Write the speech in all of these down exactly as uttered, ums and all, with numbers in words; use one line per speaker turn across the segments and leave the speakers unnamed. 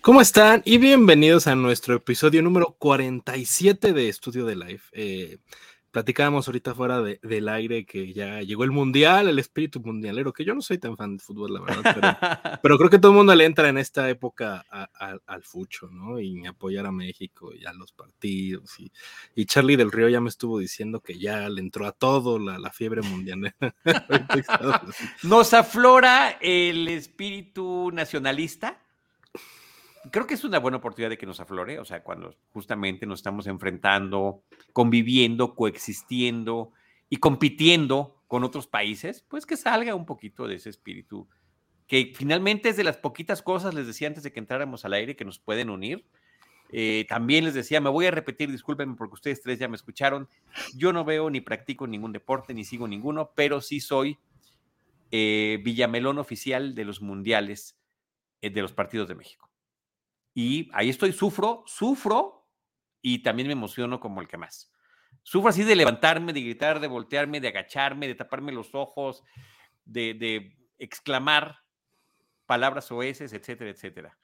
¿Cómo están? Y bienvenidos a nuestro episodio número cuarenta y siete de Estudio de Life. Eh, platicábamos ahorita fuera de, del aire que ya llegó el mundial, el espíritu mundialero, que yo no soy tan fan de fútbol, la verdad, pero, pero creo que todo el mundo le entra en esta época a, a, al fucho, ¿no? Y apoyar a México y a los partidos. Y, y Charlie del Río ya me estuvo diciendo que ya le entró a todo la, la fiebre mundialera.
Nos aflora el espíritu nacionalista. Creo que es una buena oportunidad de que nos aflore, o sea, cuando justamente nos estamos enfrentando, conviviendo, coexistiendo y compitiendo con otros países, pues que salga un poquito de ese espíritu, que finalmente es de las poquitas cosas, les decía antes de que entráramos al aire, que nos pueden unir. Eh, también les decía, me voy a repetir, discúlpenme porque ustedes tres ya me escucharon, yo no veo ni practico ningún deporte, ni sigo ninguno, pero sí soy eh, Villamelón oficial de los mundiales eh, de los partidos de México. Y ahí estoy, sufro, sufro y también me emociono como el que más. Sufro así de levantarme, de gritar, de voltearme, de agacharme, de taparme los ojos, de, de exclamar palabras oeces, etcétera, etcétera.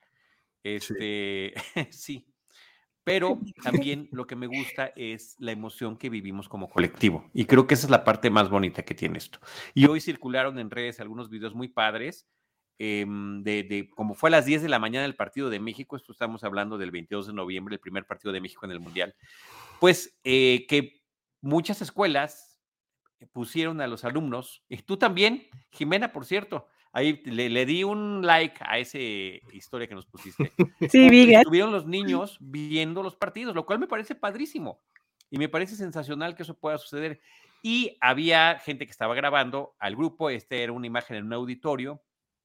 Este, sí. sí. Pero también lo que me gusta es la emoción que vivimos como colectivo. Y creo que esa es la parte más bonita que tiene esto. Y hoy circularon en redes algunos videos muy padres, eh, de, de como fue a las diez de la mañana el partido de México, esto estamos hablando del veintidós de noviembre, el primer partido de México en el Mundial, pues eh, que muchas escuelas pusieron a los alumnos, y tú también, Jimena, por cierto, ahí le, le di un like a esa historia que nos pusiste.
Sí, vi.
Estuvieron los niños viendo los partidos, lo cual me parece padrísimo y me parece sensacional que eso pueda suceder. Y había gente que estaba grabando al grupo, este era una imagen en un auditorio,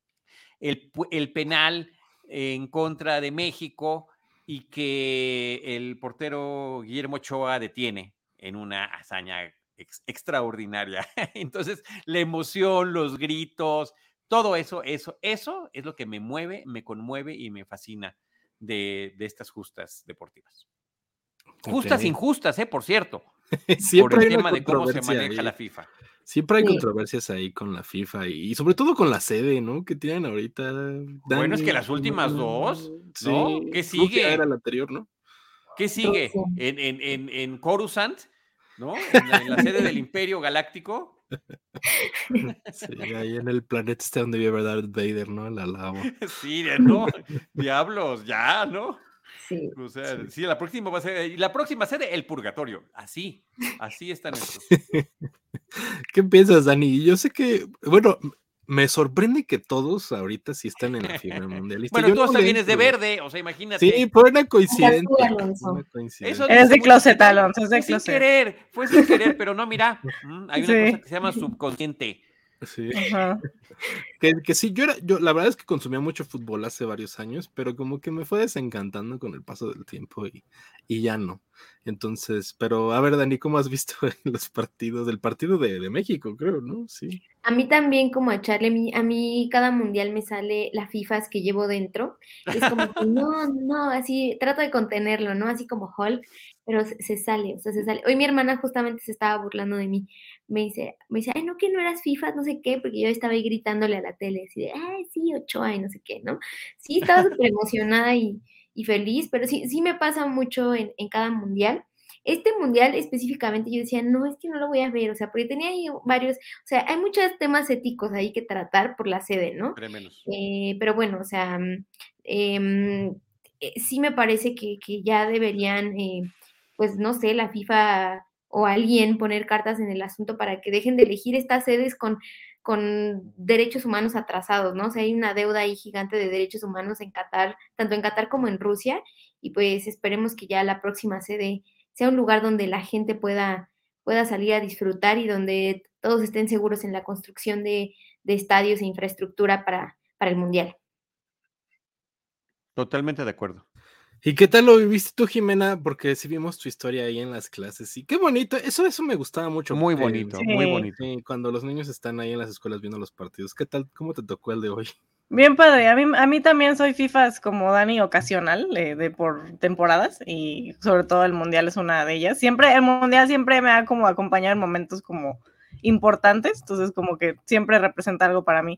el, el penal en contra de México y que el portero Guillermo Ochoa detiene en una hazaña ex, extraordinaria. Entonces, la emoción, los gritos, todo eso, eso, eso es lo que me mueve, me conmueve y me fascina de, de estas justas deportivas. Okay. Justas, injustas, ¿eh? Por cierto.
Siempre
por el
hay
tema de cómo se maneja
ahí.
la FIFA.
Siempre hay sí. controversias ahí con la FIFA y, y sobre todo con la sede, ¿no? Que tienen ahorita.
Dani, bueno, es que las últimas no, dos,
sí,
¿no? ¿Qué sigue?
Era la anterior, ¿no?
¿Qué sigue? En, en, en, en Coruscant, ¿no? En la, en la sede del Imperio Galáctico.
Sí, ahí en el planeta está donde vive Darth Vader, ¿no? La lava.
Sí, no, diablos, ya, ¿no?
Sí.
O sea, sí. sí, la próxima va a ser, y la próxima sede, el purgatorio. Así, así están estos.
¿Qué piensas, Dani? Yo sé que, bueno, me sorprende que todos ahorita sí están en la fiebre mundialista.
Bueno,
Yo
tú
no
hasta vienes
entro.
de verde, o sea, imagínate.
Sí, fue una coincidencia. Una
coincidencia. Eres de closet, Alonso, es de
fue
closet.
Sin querer, fue sin querer, pero no, mira, hay una sí. cosa que se llama subconsciente.
Sí. Uh-huh. Que, que sí, yo era, yo la verdad es que consumía mucho fútbol hace varios años, pero como que me fue desencantando con el paso del tiempo y, y ya no. Entonces, pero a ver, Dani, ¿cómo has visto los partidos del partido de, de México, creo, no? Sí.
A mí también, como a Charlie, a mí cada mundial me sale la FIFAs que llevo dentro. Es como que no, no, así trato de contenerlo, ¿no? Así como Hulk, pero se, se sale, o sea, se sale. Hoy mi hermana justamente se estaba burlando de mí. Me dice, me dice, ay, no, que no eras FIFA, no sé qué, porque yo estaba ahí gritándole a la tele, así de, ay, sí, Ochoa, y no sé qué, ¿no? Sí, estaba súper emocionada y, y feliz, pero sí, sí me pasa mucho en, en cada mundial. Este mundial específicamente yo decía, no, es que no lo voy a ver, o sea, porque tenía ahí varios, o sea, hay muchos temas éticos ahí que tratar por la sede, ¿no? Eh, pero bueno, o sea, eh, eh, sí me parece que, que ya deberían, eh, pues no sé, la FIFA o alguien poner cartas en el asunto para que dejen de elegir estas sedes con, con derechos humanos atrasados, ¿no? O sea, hay una deuda ahí gigante de derechos humanos en Qatar, tanto en Qatar como en Rusia, y pues esperemos que ya la próxima sede sea un lugar donde la gente pueda, pueda salir a disfrutar y donde todos estén seguros en la construcción de, de estadios e infraestructura para, para el Mundial.
Totalmente de acuerdo.
¿Y qué tal lo viviste tú, Jimena? Porque sí vimos tu historia ahí en las clases y qué bonito, eso, eso me gustaba mucho.
Muy bonito,
eh,
sí. muy bonito.
Sí, cuando los niños están ahí en las escuelas viendo los partidos, ¿qué tal? ¿Cómo te tocó el de hoy?
Bien padre, a mí, a mí también soy FIFAs como Dani ocasional, de, de por temporadas, y sobre todo el Mundial es una de ellas. Siempre, el Mundial siempre me ha como acompañado en momentos como importantes, entonces como que siempre representa algo para mí.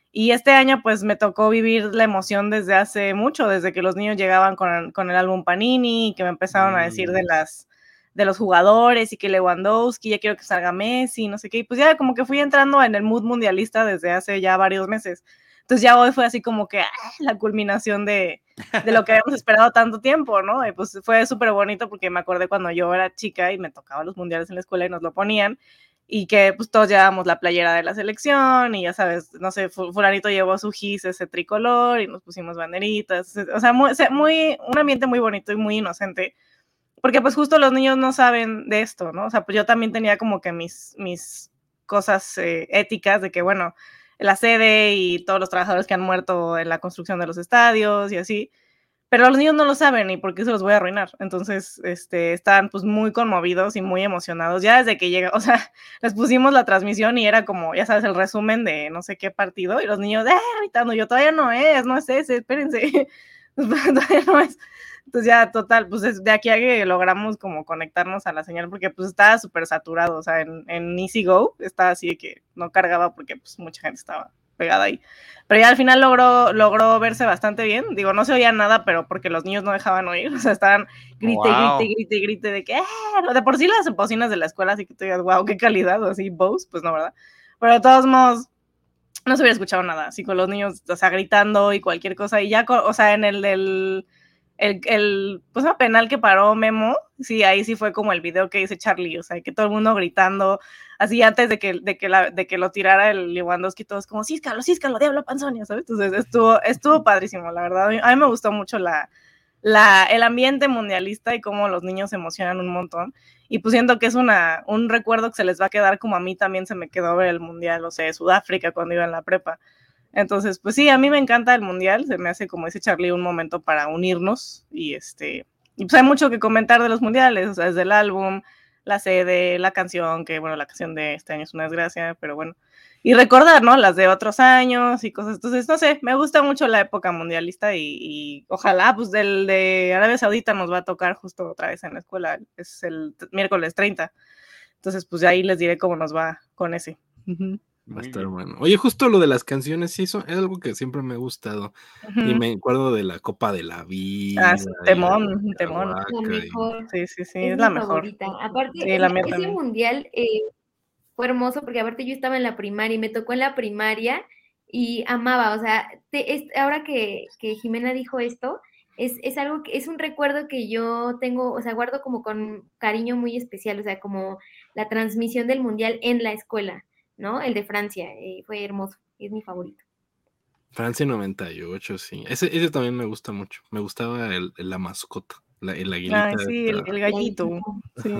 Y este año pues me tocó vivir la emoción desde hace mucho, desde que los niños llegaban con, con el álbum Panini, que me empezaron a decir de las de los jugadores y que Lewandowski, ya quiero que salga Messi, no sé qué, y pues ya como que fui entrando en el mood mundialista desde hace ya varios meses. Entonces ya hoy fue así como que ¡ah! La culminación de, de lo que habíamos esperado tanto tiempo, ¿no? Y pues fue súper bonito porque me acordé cuando yo era chica y me tocaban los mundiales en la escuela y nos lo ponían, y que pues todos llevábamos la playera de la selección y ya sabes, no sé, fulanito llevó su gis ese tricolor y nos pusimos banderitas, o sea, muy, muy, un ambiente muy bonito y muy inocente, porque pues justo los niños no saben de esto, ¿no? O sea, pues yo también tenía como que mis, mis cosas eh, éticas de que, bueno, la sede y todos los trabajadores que han muerto en la construcción de los estadios y así, pero los niños no lo saben y por qué se los voy a arruinar. Entonces, este, están pues muy conmovidos y muy emocionados. Ya desde que llega, o sea, les pusimos la transmisión y era como, ya sabes, el resumen de no sé qué partido y los niños, ¡eh! Gritando, yo todavía no es, no es ese, espérense, todavía no es. Entonces ya, total, pues de aquí a que logramos como conectarnos a la señal, porque pues estaba súper saturado, o sea, en, en Easy Go estaba así de que no cargaba porque pues mucha gente estaba pegada ahí. Pero ya al final logró, logró verse bastante bien. Digo, no se oía nada, pero porque los niños no dejaban oír, o sea, estaban grite, wow. grite, grite, grite, de que, ¡eh! De por sí las bocinas de la escuela, así que tú digas, wow, qué calidad, o así, Bose, pues no, ¿verdad? Pero de todos modos, no se hubiera escuchado nada, así con los niños, o sea, gritando y cualquier cosa, y ya, o sea, en el, el El, el pues una penal que paró Memo, sí, ahí sí fue como el video que dice Charlie, o sea, que todo el mundo gritando, así antes de que, de que, la, de que lo tirara el Lewandowski, todos como, císcalo, císcalo, diablo panzonio, ¿sabes? Entonces estuvo, estuvo padrísimo, la verdad, a mí, a mí me gustó mucho la, la, el ambiente mundialista y cómo los niños se emocionan un montón, y pues siento que es una, un recuerdo que se les va a quedar como a mí también se me quedó ver el mundial, o sea, de Sudáfrica cuando iba en la prepa. Entonces, pues sí, a mí me encanta el mundial, se me hace, como dice Charlie, un momento para unirnos y este, y pues hay mucho que comentar de los mundiales, o sea, desde el álbum, la sede, la canción, que bueno, la canción de este año es una desgracia, pero bueno, y recordar, ¿no? Las de otros años y cosas, entonces, no sé, me gusta mucho la época mundialista y, y ojalá, pues del de Arabia Saudita nos va a tocar justo otra vez en la escuela, es el miércoles treinta, entonces, pues ya ahí les diré cómo nos va con ese. Uh-huh.
Va a estar bueno. Oye, justo lo de las canciones, sí, eso es algo que siempre me ha gustado. Uh-huh. Y me acuerdo de la Copa de la Vida.
Ah, sí, temón,
y
temón.
La mejor.
Sí, sí, sí,
es,
es la
favorita.
mejor.
Aparte,
sí,
ese,
la mía
ese mundial eh, fue hermoso porque aparte yo estaba en la primaria y me tocó en la primaria y amaba, o sea, te, es, ahora que, que Jimena dijo esto, es, es algo que es un recuerdo que yo tengo, o sea, guardo como con cariño muy especial, o sea, como la transmisión del mundial en la escuela, ¿no? El de Francia, eh, fue hermoso, es mi favorito.
Francia noventa y ocho, sí. Ese, ese también me gusta mucho. Me gustaba el, el, la mascota, la, el aguilita.
Ay, sí, el, el gallito. Sí.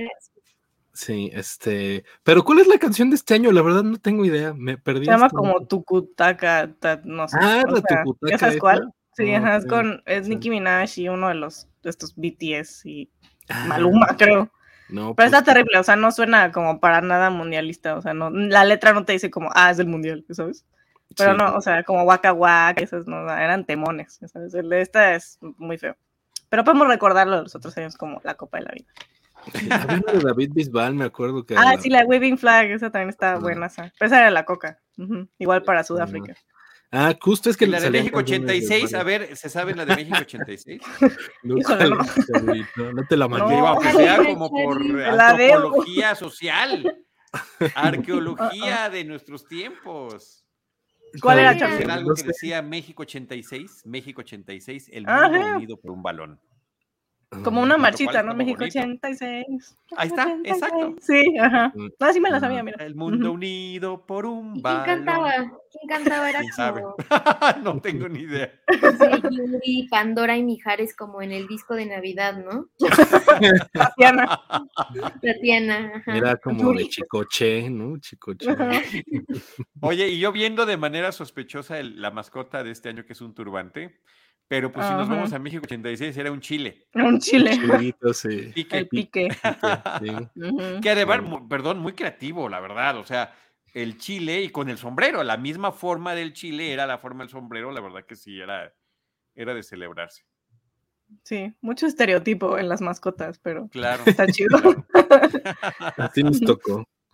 sí, este... Pero ¿cuál es la canción de este año? La verdad no tengo idea. Me perdí.
Se llama
este...
como Tukutaka, ta, no sé.
Ah, la
sea,
Tukutaka.
¿sabes cuál? Sí,
oh,
ajá,
sí,
es con, es
sí.
Nicki Minaj y uno de los, de estos B T S y ah, Maluma, creo.
No,
pero
pues,
está terrible, o sea, no suena como para nada mundialista, o sea, no, la letra no te dice como, ah, es del mundial, ¿sabes? Pero sí. No, o sea, como Waka Waka, esos no, eran temones, ¿sabes? El de esta es muy feo. Pero podemos recordarlo de los otros años como la Copa de la Vida.
Sí, de David Bisbal, me acuerdo que...
Ah,
la...
sí, la Waving Flag, esa también está uh-huh. buena, esa. Pero esa era la Coca, uh-huh. igual para Sudáfrica. Uh-huh.
Ah, justo es que...
¿Y la de México ochenta y seis? A ver, ¿se sabe la de México ochenta y seis?
Híjole, no. no, no te la mandé.
No, aunque sea como por antropología social, arqueología de nuestros tiempos.
¿Cuál era, Charlie?
Era algo que decía México ochenta y seis, México ochenta y seis, el mundo Ajá. unido por un balón.
Como una marchita, ¿no? México bonito. ochenta y seis.
Ahí está, ochenta y seis. Exacto.
Sí, ajá. No, sí me la sabía, mira.
El mundo uh-huh. unido por un
¿Y
balón.
¿Quién cantaba? ¿Quién cantaba? Era
¿Quién
como...
sabe? No tengo ni idea.
Sí, Yuri, Pandora y Mijares como en el disco de Navidad, ¿no?
Tatiana.
Tatiana, ajá.
Era como de Chicoche, ¿no? Chicoche.
Oye, y yo viendo de manera sospechosa el, la mascota de este año, que es un turbante, pero pues uh-huh. si nos vamos a México ochenta y seis, era un chile.
Un chile.
Un chilito, sí.
Pique. El pique.
Sí. Uh-huh. Que de ver, perdón, muy creativo, la verdad. O sea, el chile y con el sombrero, la misma forma del chile era la forma del sombrero, la verdad que sí, era, era de celebrarse.
Sí, mucho estereotipo en las mascotas, pero
claro,
está chido.
Claro. Así nos tocó.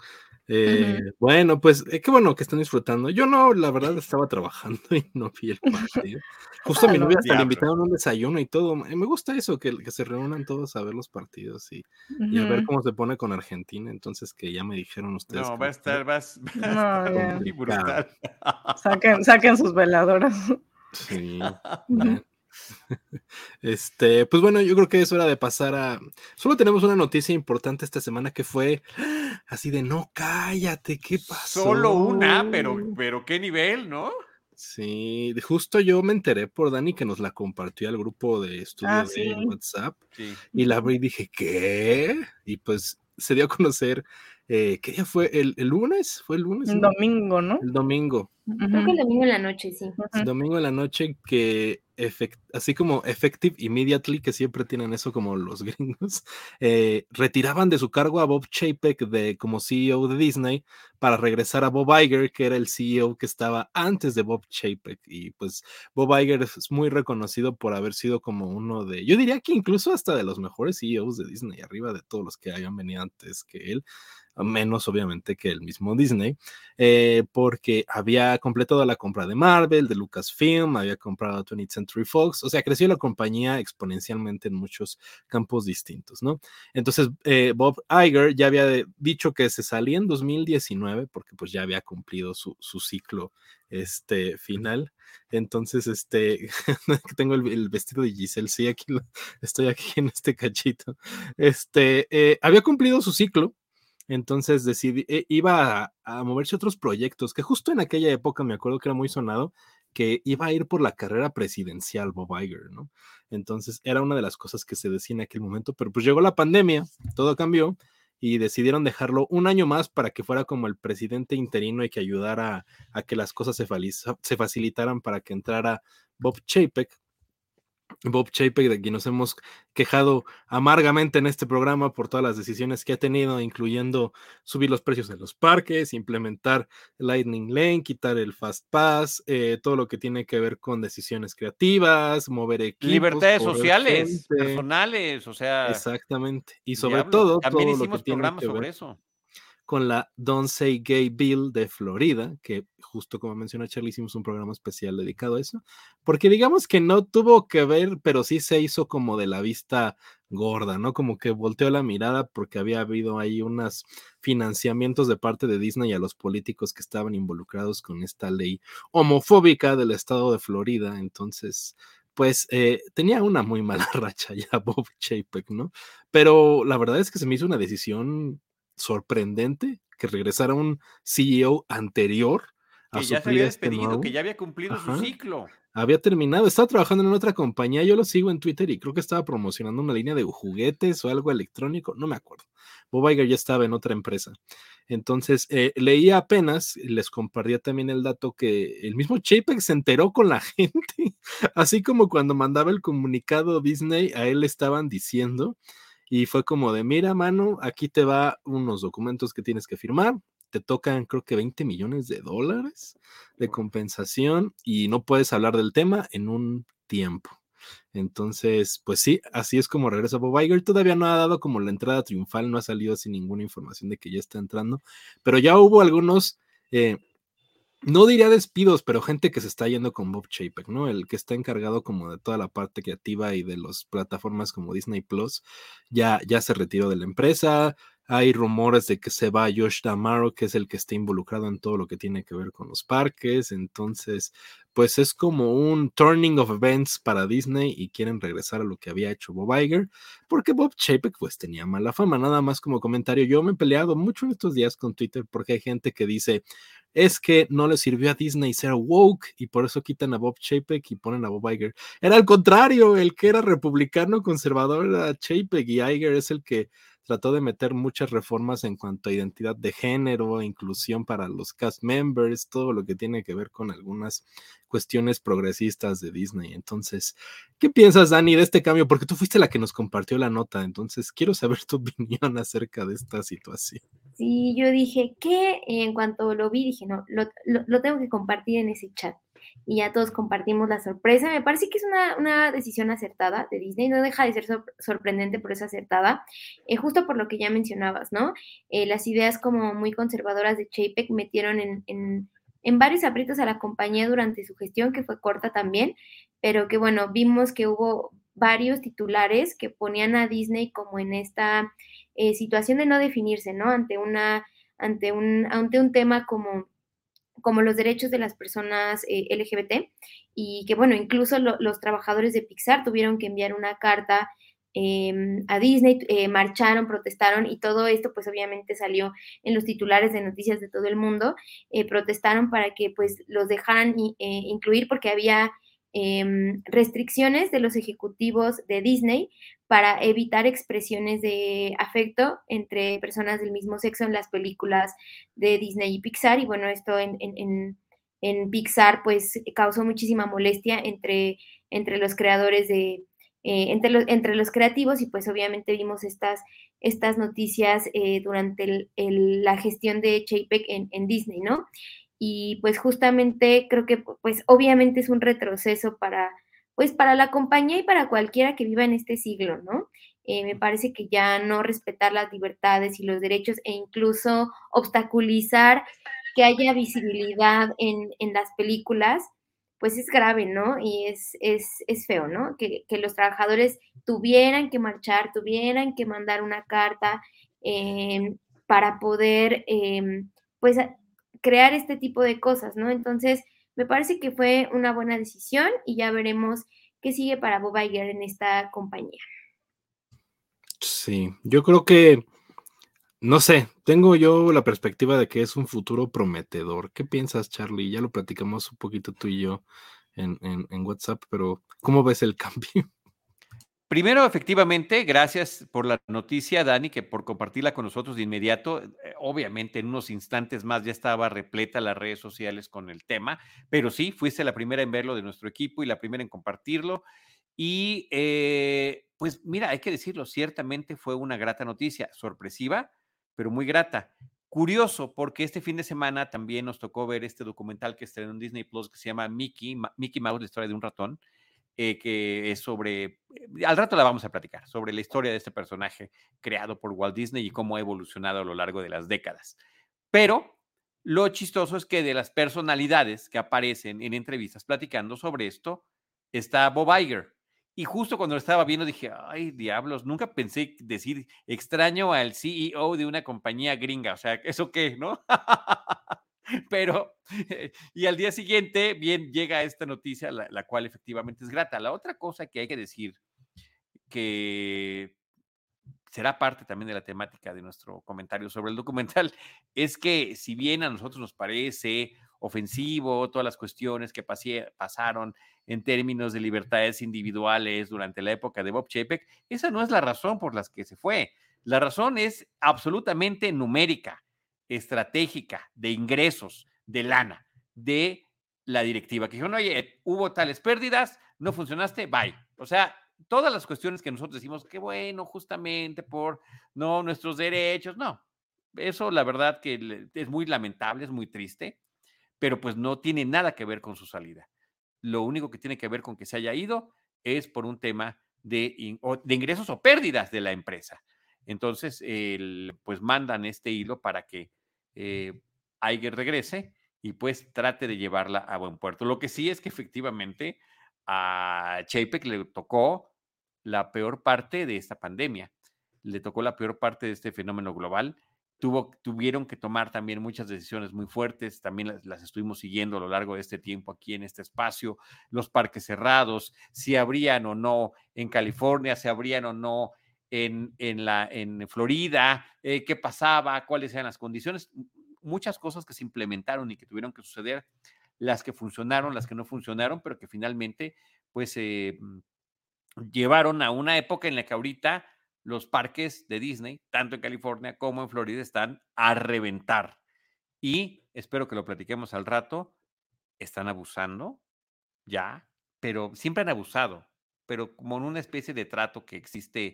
Eh, uh-huh. Bueno, pues eh, qué bueno que están disfrutando. Yo no, la verdad, estaba trabajando y no vi el partido. Justo a mi novia hasta le invitaron un desayuno y todo. Me gusta eso, que, que se reúnan todos a ver los partidos y, uh-huh. y a ver cómo se pone con Argentina. Entonces, que ya me dijeron ustedes.
No, va a estar, va a estar
no,
muy brutal.
Saquen, saquen sus veladoras.
Sí. Uh-huh. Este, pues bueno, yo creo que es hora de pasar a. Solo tenemos una noticia importante esta semana que fue así de no, cállate, ¿qué pasó?
Solo una, pero, pero qué nivel, ¿no?
Sí, justo yo me enteré por Dani que nos la compartió al grupo de estudio
ah,
de
sí.
WhatsApp.
Sí.
Y la abrí y dije, ¿qué? Y pues se dio a conocer, eh, ¿qué día fue? ¿El, el lunes? ¿Fue el lunes?
El
¿no?
domingo, ¿no?
El domingo.
Creo que el domingo en la noche, sí.
El domingo en la noche que, efect, así como effective immediately, que siempre tienen eso como los gringos, eh, retiraban de su cargo a Bob Chapek de, como C E O de Disney para regresar a Bob Iger, que era el C E O que estaba antes de Bob Chapek. Y pues Bob Iger es muy reconocido por haber sido como uno de, yo diría que incluso hasta de los mejores C E Os de Disney, arriba de todos los que hayan venido antes que él. Menos obviamente que el mismo Disney, eh, porque había completado la compra de Marvel, de Lucasfilm, había comprado twentieth Century Fox, o sea, creció la compañía exponencialmente en muchos campos distintos, ¿no? Entonces, eh, Bob Iger ya había dicho que se salía en dos mil diecinueve, porque pues ya había cumplido su, su ciclo este, final. Entonces, este, tengo el, el vestido de Giselle, sí, aquí lo, estoy aquí en este cachito. Este, eh, había cumplido su ciclo. Entonces decidí, eh, iba a, a moverse a otros proyectos, que justo en aquella época me acuerdo que era muy sonado, que iba a ir por la carrera presidencial Bob Iger, ¿no? Entonces era una de las cosas que se decía en aquel momento, pero pues llegó la pandemia, todo cambió y decidieron dejarlo un año más para que fuera como el presidente interino y que ayudara a, a que las cosas se, se facilitaran para que entrara Bob Chapek. Bob Chapek, de quien nos hemos quejado amargamente en este programa por todas las decisiones que ha tenido, incluyendo subir los precios de los parques, implementar Lightning Lane, quitar el Fast Pass, eh, todo lo que tiene que ver con decisiones creativas, mover equipos.
Libertades sociales, gente. personales, o sea.
Exactamente. Y sobre
diablo.
todo,
también
todo
hicimos
lo que tiene
programas
que ver
sobre eso.
Con la Don't Say Gay Bill de Florida, que justo como mencionó Charlie, hicimos un programa especial dedicado a eso, porque digamos que no tuvo que ver, pero sí se hizo como de la vista gorda, ¿no? Como que volteó la mirada porque había habido ahí unos financiamientos de parte de Disney a los políticos que estaban involucrados con esta ley homofóbica del estado de Florida. Entonces, pues eh, tenía una muy mala racha ya Bob Chapek, ¿no? Pero la verdad es que se me hizo una decisión sorprendente que regresara un C E O anterior a
que ya se había despedido, este que ya había cumplido Ajá. su ciclo.
Había terminado, estaba trabajando en otra compañía, yo lo sigo en Twitter y creo que estaba promocionando una línea de juguetes o algo electrónico, no me acuerdo. Bob Iger ya estaba en otra empresa. Entonces, eh, leía apenas, les compartía también el dato que el mismo Chapek se enteró con la gente, así como cuando mandaba el comunicado Disney, a él le estaban diciendo, y fue como de, mira, mano, aquí te va unos documentos que tienes que firmar, te tocan creo que veinte millones de dólares de compensación y no puedes hablar del tema en un tiempo. Entonces, pues sí, así es como regresa Bob Iger. Todavía no ha dado como la entrada triunfal, no ha salido sin ninguna información de que ya está entrando, pero ya hubo algunos... Eh, no diría despidos, pero gente que se está yendo con Bob Chapek, ¿no? El que está encargado como de toda la parte creativa y de las plataformas como Disney Plus, ya, ya se retiró de la empresa. Hay rumores de que se va Josh D'Amaro, que es el que está involucrado en todo lo que tiene que ver con los parques. Entonces, pues es como un turning of events para Disney y quieren regresar a lo que había hecho Bob Iger, porque Bob Chapek pues tenía mala fama. Nada más como comentario, yo me he peleado mucho en estos días con Twitter porque hay gente que dice, es que no le sirvió a Disney ser woke y por eso quitan a Bob Chapek y ponen a Bob Iger. Era al contrario, el que era republicano conservador era Chapek y Iger es el que trató de meter muchas reformas en cuanto a identidad de género, inclusión para los cast members, todo lo que tiene que ver con algunas cuestiones progresistas de Disney. Entonces, ¿qué piensas, Dani, de este cambio? Porque tú fuiste la que nos compartió la nota, entonces quiero saber tu opinión acerca de esta situación.
Sí, yo dije que en cuanto lo vi, dije, no, lo, lo, lo tengo que compartir en ese chat. y ya todos compartimos la sorpresa. Me parece que es una, una decisión acertada de Disney, no deja de ser sor sorprendente, pero es acertada, eh, justo por lo que ya mencionabas, ¿no? Eh, las ideas como muy conservadoras de Chapek metieron en, en, en varios aprietos a la compañía durante su gestión, que fue corta también, pero que bueno, vimos que hubo varios titulares que ponían a Disney como en esta eh, situación de no definirse, ¿no? Ante una, ante un, ante un tema como como los derechos de las personas eh, L G B T, y que bueno, incluso lo, los trabajadores de Pixar tuvieron que enviar una carta eh, a Disney, eh, marcharon, protestaron, y todo esto pues obviamente salió en los titulares de noticias de todo el mundo, eh, protestaron para que pues los dejaran eh, incluir, porque había eh, restricciones de los ejecutivos de Disney para evitar expresiones de afecto entre personas del mismo sexo en las películas de Disney y Pixar, y bueno, esto en, en, en, en Pixar pues causó muchísima molestia entre, entre los creadores de, eh, entre, los, entre los creativos, y pues obviamente vimos estas, estas noticias eh, durante el, el, la gestión de Chapek en, en Disney, ¿no? Y pues justamente creo que pues obviamente es un retroceso para, pues para la compañía y para cualquiera que viva en este siglo, ¿no? Eh, me parece que ya no respetar las libertades y los derechos, e incluso obstaculizar que haya visibilidad en, en las películas, pues es grave, ¿no? Y es, es, es feo, ¿no? Que, que los trabajadores tuvieran que marchar, tuvieran que mandar una carta eh, para poder, eh, pues, crear este tipo de cosas, ¿no? Entonces, me parece que fue una buena decisión, y ya veremos qué sigue para Bob Iger en esta compañía.
Sí, yo creo que, no sé, tengo yo la perspectiva de que es un futuro prometedor. ¿Qué piensas, Charlie? Ya lo platicamos un poquito tú y yo en, en, en WhatsApp, pero ¿cómo ves el cambio?
Primero, efectivamente, gracias por la noticia, Dani, que por compartirla con nosotros de inmediato. Eh, obviamente, en unos instantes más ya estaba repleta las redes sociales con el tema, pero sí, fuiste la primera en verlo de nuestro equipo y la primera en compartirlo. Y eh, pues mira, hay que decirlo, ciertamente fue una grata noticia, sorpresiva, pero muy grata. Curioso, porque este fin de semana también nos tocó ver este documental que estrenó en Disney Plus que se llama Mickey, Mickey Mouse, la historia de un ratón. Eh, que es sobre, eh, al rato la vamos a platicar, sobre la historia de este personaje creado por Walt Disney y cómo ha evolucionado a lo largo de las décadas. Pero lo chistoso es que de las personalidades que aparecen en entrevistas platicando sobre esto, está Bob Iger. Y justo cuando lo estaba viendo dije, ay, diablos, nunca pensé decir extraño al C E O de una compañía gringa. O sea, ¿eso qué, no? Pero, y al día siguiente, bien, llega esta noticia, la, la cual efectivamente es grata. La otra cosa que hay que decir, que será parte también de la temática de nuestro comentario sobre el documental, es que si bien a nosotros nos parece ofensivo todas las cuestiones que pasé, pasaron en términos de libertades individuales durante la época de Bob Chapek, esa no es la razón por la que se fue. La razón es absolutamente numérica, estratégica, de ingresos, de lana, de la directiva, que dijeron, oye, hubo tales pérdidas, no funcionaste, bye. O sea, todas las cuestiones que nosotros decimos, que bueno, justamente por no nuestros derechos, no. Eso la verdad que es muy lamentable, es muy triste, pero pues no tiene nada que ver con su salida. Lo único que tiene que ver con que se haya ido es por un tema de, de ingresos o pérdidas de la empresa. Entonces, el, pues mandan este hilo para que eh, Iger regrese y pues trate de llevarla a buen puerto. Lo que sí es que efectivamente a Chapek le tocó la peor parte de esta pandemia, le tocó la peor parte de este fenómeno global. Tuvo, tuvieron que tomar también muchas decisiones muy fuertes, también las, las estuvimos siguiendo a lo largo de este tiempo aquí en este espacio, los parques cerrados, si abrían o no en California, si abrían o no en, en, la, en Florida, eh, qué pasaba, cuáles eran las condiciones, muchas cosas que se implementaron y que tuvieron que suceder, las que funcionaron, las que no funcionaron, pero que finalmente pues eh, llevaron a una época en la que ahorita los parques de Disney, tanto en California como en Florida, están a reventar. Y espero que lo platiquemos al rato. Están abusando ya, pero siempre han abusado, pero como en una especie de trato que existe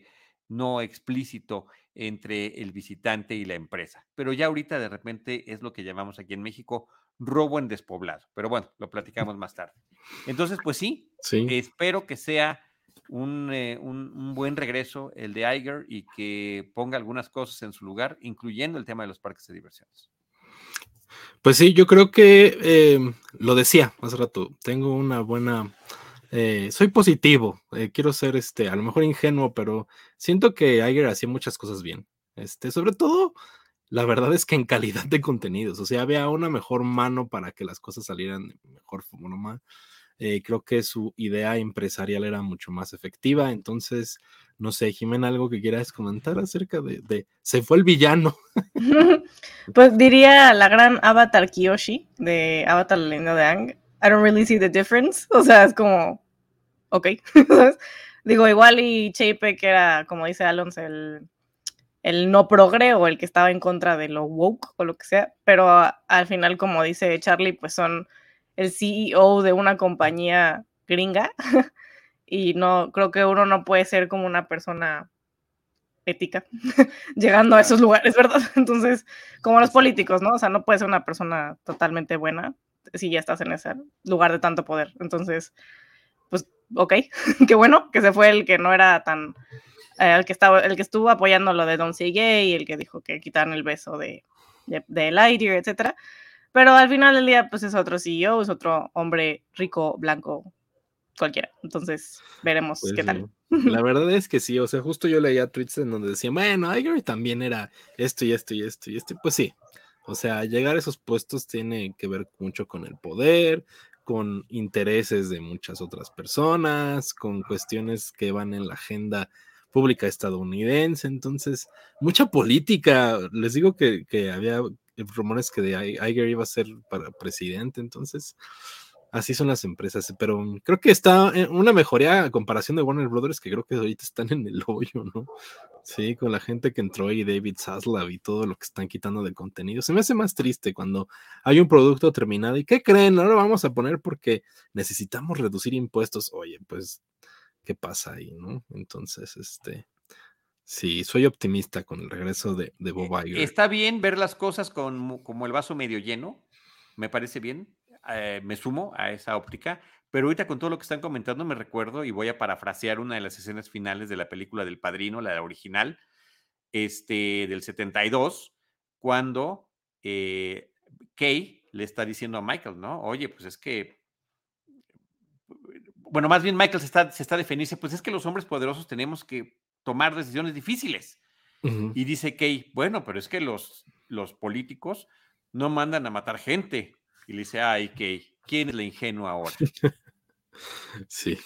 no explícito entre el visitante y la empresa. Pero ya ahorita de repente es lo que llamamos aquí en México robo en despoblado. Pero bueno, lo platicamos más tarde. Entonces, pues sí,
Sí.
espero que sea un, eh, un, un buen regreso el de Iger y que ponga algunas cosas en su lugar, incluyendo el tema de los parques de diversiones.
Pues sí, yo creo que eh, lo decía hace rato, tengo una buena, eh, soy positivo, eh, quiero ser este, a lo mejor ingenuo, pero siento que Iger hacía muchas cosas bien, este, sobre todo, la verdad es que en calidad de contenidos, o sea, había una mejor mano para que las cosas salieran de mejor forma. Eh, creo que su idea empresarial era mucho más efectiva, entonces, no sé, Jimena, algo que quieras comentar acerca de, de se fue el villano.
Pues diría la gran Avatar Kyoshi de Avatar la leyenda de Aang, I don't really see the difference, o sea, es como, ok, digo, igual y Chapek que era, como dice Alonso, el, el no progre o el que estaba en contra de lo woke o lo que sea, pero a, al final, como dice Charlie, pues son el C E O de una compañía gringa y no, creo que uno no puede ser como una persona ética llegando claro. a esos lugares, ¿verdad? Entonces, como los políticos, ¿no? O sea, no puedes ser una persona totalmente buena si ya estás en ese lugar de tanto poder. Entonces, pues, ok, qué bueno que se fue el que no era tan, eh, el que estaba, el que estuvo apoyando lo de Don't Say Gay, el que dijo que quitaran el beso de, de, de Lightyear, etcétera. Pero al final del día, pues es otro C E O, es otro hombre rico, blanco, cualquiera. Entonces, veremos
Pues
qué
sí.
tal.
La verdad es que sí, o sea, justo yo leía tweets en donde decían, bueno, Iger también era esto y esto y esto y esto, pues sí, o sea, llegar a esos puestos tiene que ver mucho con el poder, con intereses de muchas otras personas, con cuestiones que van en la agenda pública estadounidense, entonces, mucha política, les digo que, que había rumores que de Iger iba a ser para presidente, entonces... Así son las empresas, pero creo que está una mejoría a comparación de Warner Brothers, que creo que ahorita están en el hoyo, ¿no? Sí, con la gente que entró y David Zaslav y todo lo que están quitando de contenido. Se me hace más triste cuando hay un producto terminado y ¿qué creen? No lo vamos a poner porque necesitamos reducir impuestos. Oye, pues, ¿qué pasa ahí, no? Entonces, este, sí, soy optimista con el regreso de, de Bob Iger.
Está bien ver las cosas con, como el vaso medio lleno, me parece bien. Eh, me sumo a esa óptica, pero ahorita con todo lo que están comentando me recuerdo y voy a parafrasear una de las escenas finales de la película del Padrino, la original, este, del setenta y dos, cuando eh, Kay le está diciendo a Michael, ¿no? Oye, pues es que, bueno, más bien Michael se está, se está defendiendo, pues es que los hombres poderosos tenemos que tomar decisiones difíciles. Uh-huh. Y dice Kay, bueno, pero es que los, los políticos no mandan a matar gente. Y le dice, ay, Kay, ¿quién es la ingenua ahora?
Sí.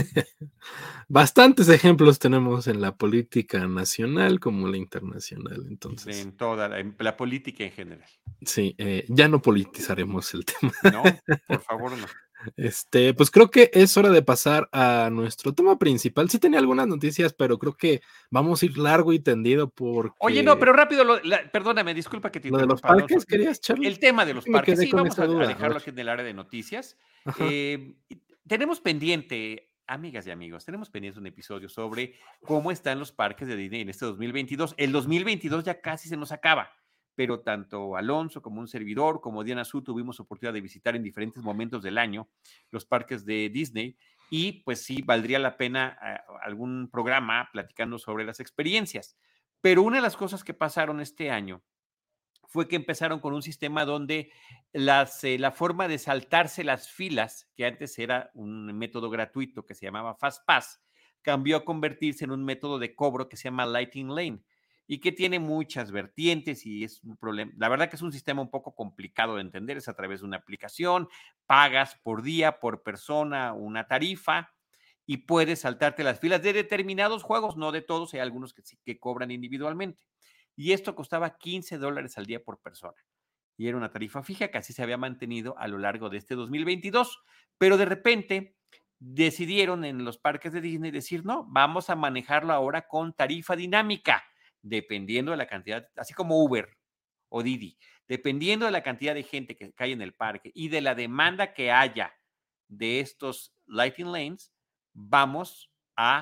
Bastantes ejemplos tenemos en la política nacional como la internacional, entonces.
En toda la, en la política en general.
Sí, eh, ya no politizaremos el tema.
No, por favor, no.
Este, pues creo que es hora de pasar a nuestro tema principal. Sí tenía algunas noticias, pero creo que vamos a ir largo y tendido porque...
Oye, no, pero rápido, lo, la, perdóname, disculpa que te
¿Lo de los
interrumpa,
parques
Alonso.
querías, Charlie?
El tema de los
Me
parques,
quedé
sí,
con
vamos
esa
a,
duda.
a dejarlo
A
aquí en el área de noticias.
Ajá.
Eh, tenemos pendiente, amigas y amigos, tenemos pendiente un episodio sobre cómo están los parques de Disney en este dos mil veintidós. El dos mil veintidós ya casi se nos acaba, pero tanto Alonso como un servidor, como Diana Su, tuvimos oportunidad de visitar en diferentes momentos del año los parques de Disney y pues sí, valdría la pena uh, algún programa platicando sobre las experiencias. Pero una de las cosas que pasaron este año fue que empezaron con un sistema donde las, eh, la forma de saltarse las filas, que antes era un método gratuito que se llamaba Fast Pass, cambió a convertirse en un método de cobro que se llama Lightning Lane y que tiene muchas vertientes y es un problema. La verdad que es un sistema un poco complicado de entender, es a través de una aplicación, pagas por día, por persona, una tarifa y puedes saltarte las filas de determinados juegos, no de todos, hay algunos que sí que cobran individualmente. Y esto costaba quince dólares al día por persona. Y era una tarifa fija que así se había mantenido a lo largo de este dos mil veintidós. Pero de repente decidieron en los parques de Disney decir, no, vamos a manejarlo ahora con tarifa dinámica, dependiendo de la cantidad, así como Uber o Didi, dependiendo de la cantidad de gente que cae en el parque y de la demanda que haya de estos Lightning Lanes, vamos a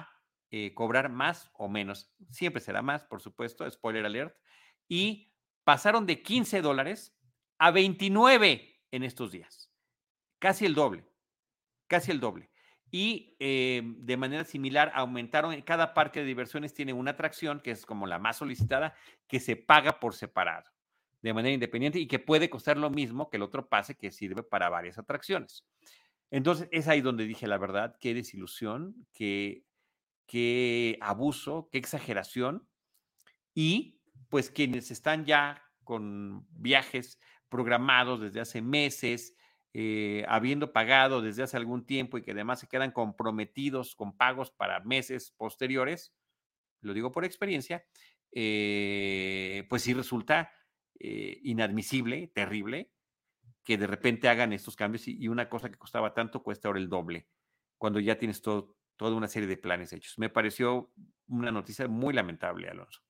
eh, cobrar más o menos. Siempre será más, por supuesto, spoiler alert. Y pasaron de quince dólares a veintinueve en estos días. Casi el doble, casi el doble. Y eh, de manera similar aumentaron, en cada parque de diversiones tiene una atracción que es como la más solicitada, que se paga por separado, de manera independiente y que puede costar lo mismo que el otro pase que sirve para varias atracciones. Entonces es ahí donde dije la verdad, qué desilusión, qué, qué abuso, qué exageración. Y pues quienes están ya con viajes programados desde hace meses, eh, habiendo pagado desde hace algún tiempo y que además se quedan comprometidos con pagos para meses posteriores, lo digo por experiencia, eh, pues sí resulta eh, inadmisible, terrible, que de repente hagan estos cambios y, y una cosa que costaba tanto cuesta ahora el doble, cuando ya tienes todo, toda una serie de planes hechos. Me pareció una noticia muy lamentable, Alonso.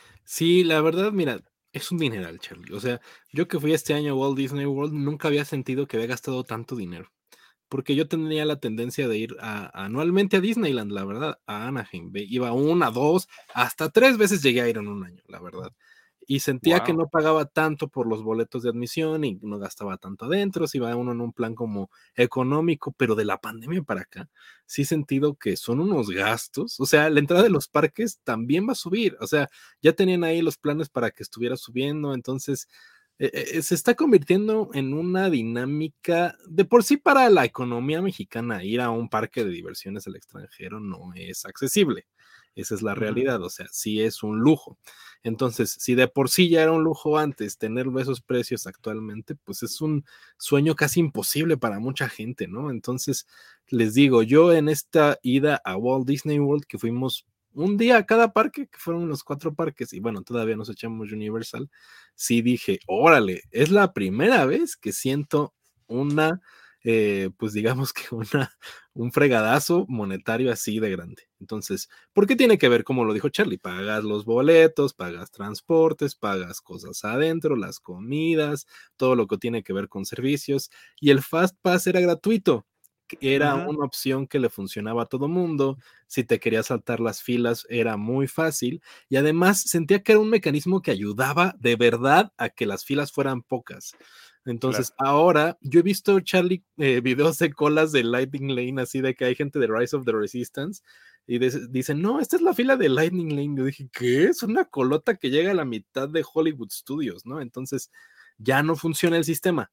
Sí, la verdad, mira, es un dineral, Charlie. O sea, yo que fui este año a Walt Disney World nunca había sentido que había gastado tanto dinero. Porque yo tenía la tendencia de ir a, anualmente a Disneyland, la verdad, a Anaheim. Ve, iba una, dos, hasta tres veces llegué a ir en un año, la verdad. Y sentía wow. que no pagaba tanto por los boletos de admisión y no gastaba tanto adentro, si iba uno en un plan como económico, pero de la pandemia para acá, sí he sentido que son unos gastos. O sea, la entrada de los parques también va a subir. O sea, ya tenían ahí los planes para que estuviera subiendo, entonces eh, eh, se está convirtiendo en una dinámica de por sí para la economía mexicana. Ir a un parque de diversiones al extranjero no es accesible. Esa es la realidad, o sea, sí es un lujo. Entonces, si de por sí ya era un lujo antes, tener esos precios actualmente, pues es un sueño casi imposible para mucha gente, ¿no? Entonces, les digo, yo en esta ida a Walt Disney World, que fuimos un día a cada parque, que fueron los cuatro parques, y bueno, todavía nos echamos Universal, sí dije, órale, es la primera vez que siento una... Eh, pues digamos que una, un fregadazo monetario así de grande. Entonces, ¿por qué tiene que ver? Como lo dijo Charlie, pagas los boletos, pagas transportes, pagas cosas adentro, las comidas, todo lo que tiene que ver con servicios, y el Fast Pass era gratuito. Era uh-huh. una opción que le funcionaba a todo mundo. Si te querías saltar las filas era muy fácil y además sentía que era un mecanismo que ayudaba de verdad a que las filas fueran pocas. Entonces claro. ahora yo he visto, Charlie, eh, videos de colas de Lightning Lane, así de que hay gente de Rise of the Resistance y de, dicen, no, esta es la fila de Lightning Lane. Yo dije, ¿qué? Es una colota que llega a la mitad de Hollywood Studios, ¿no? Entonces ya no funciona el sistema.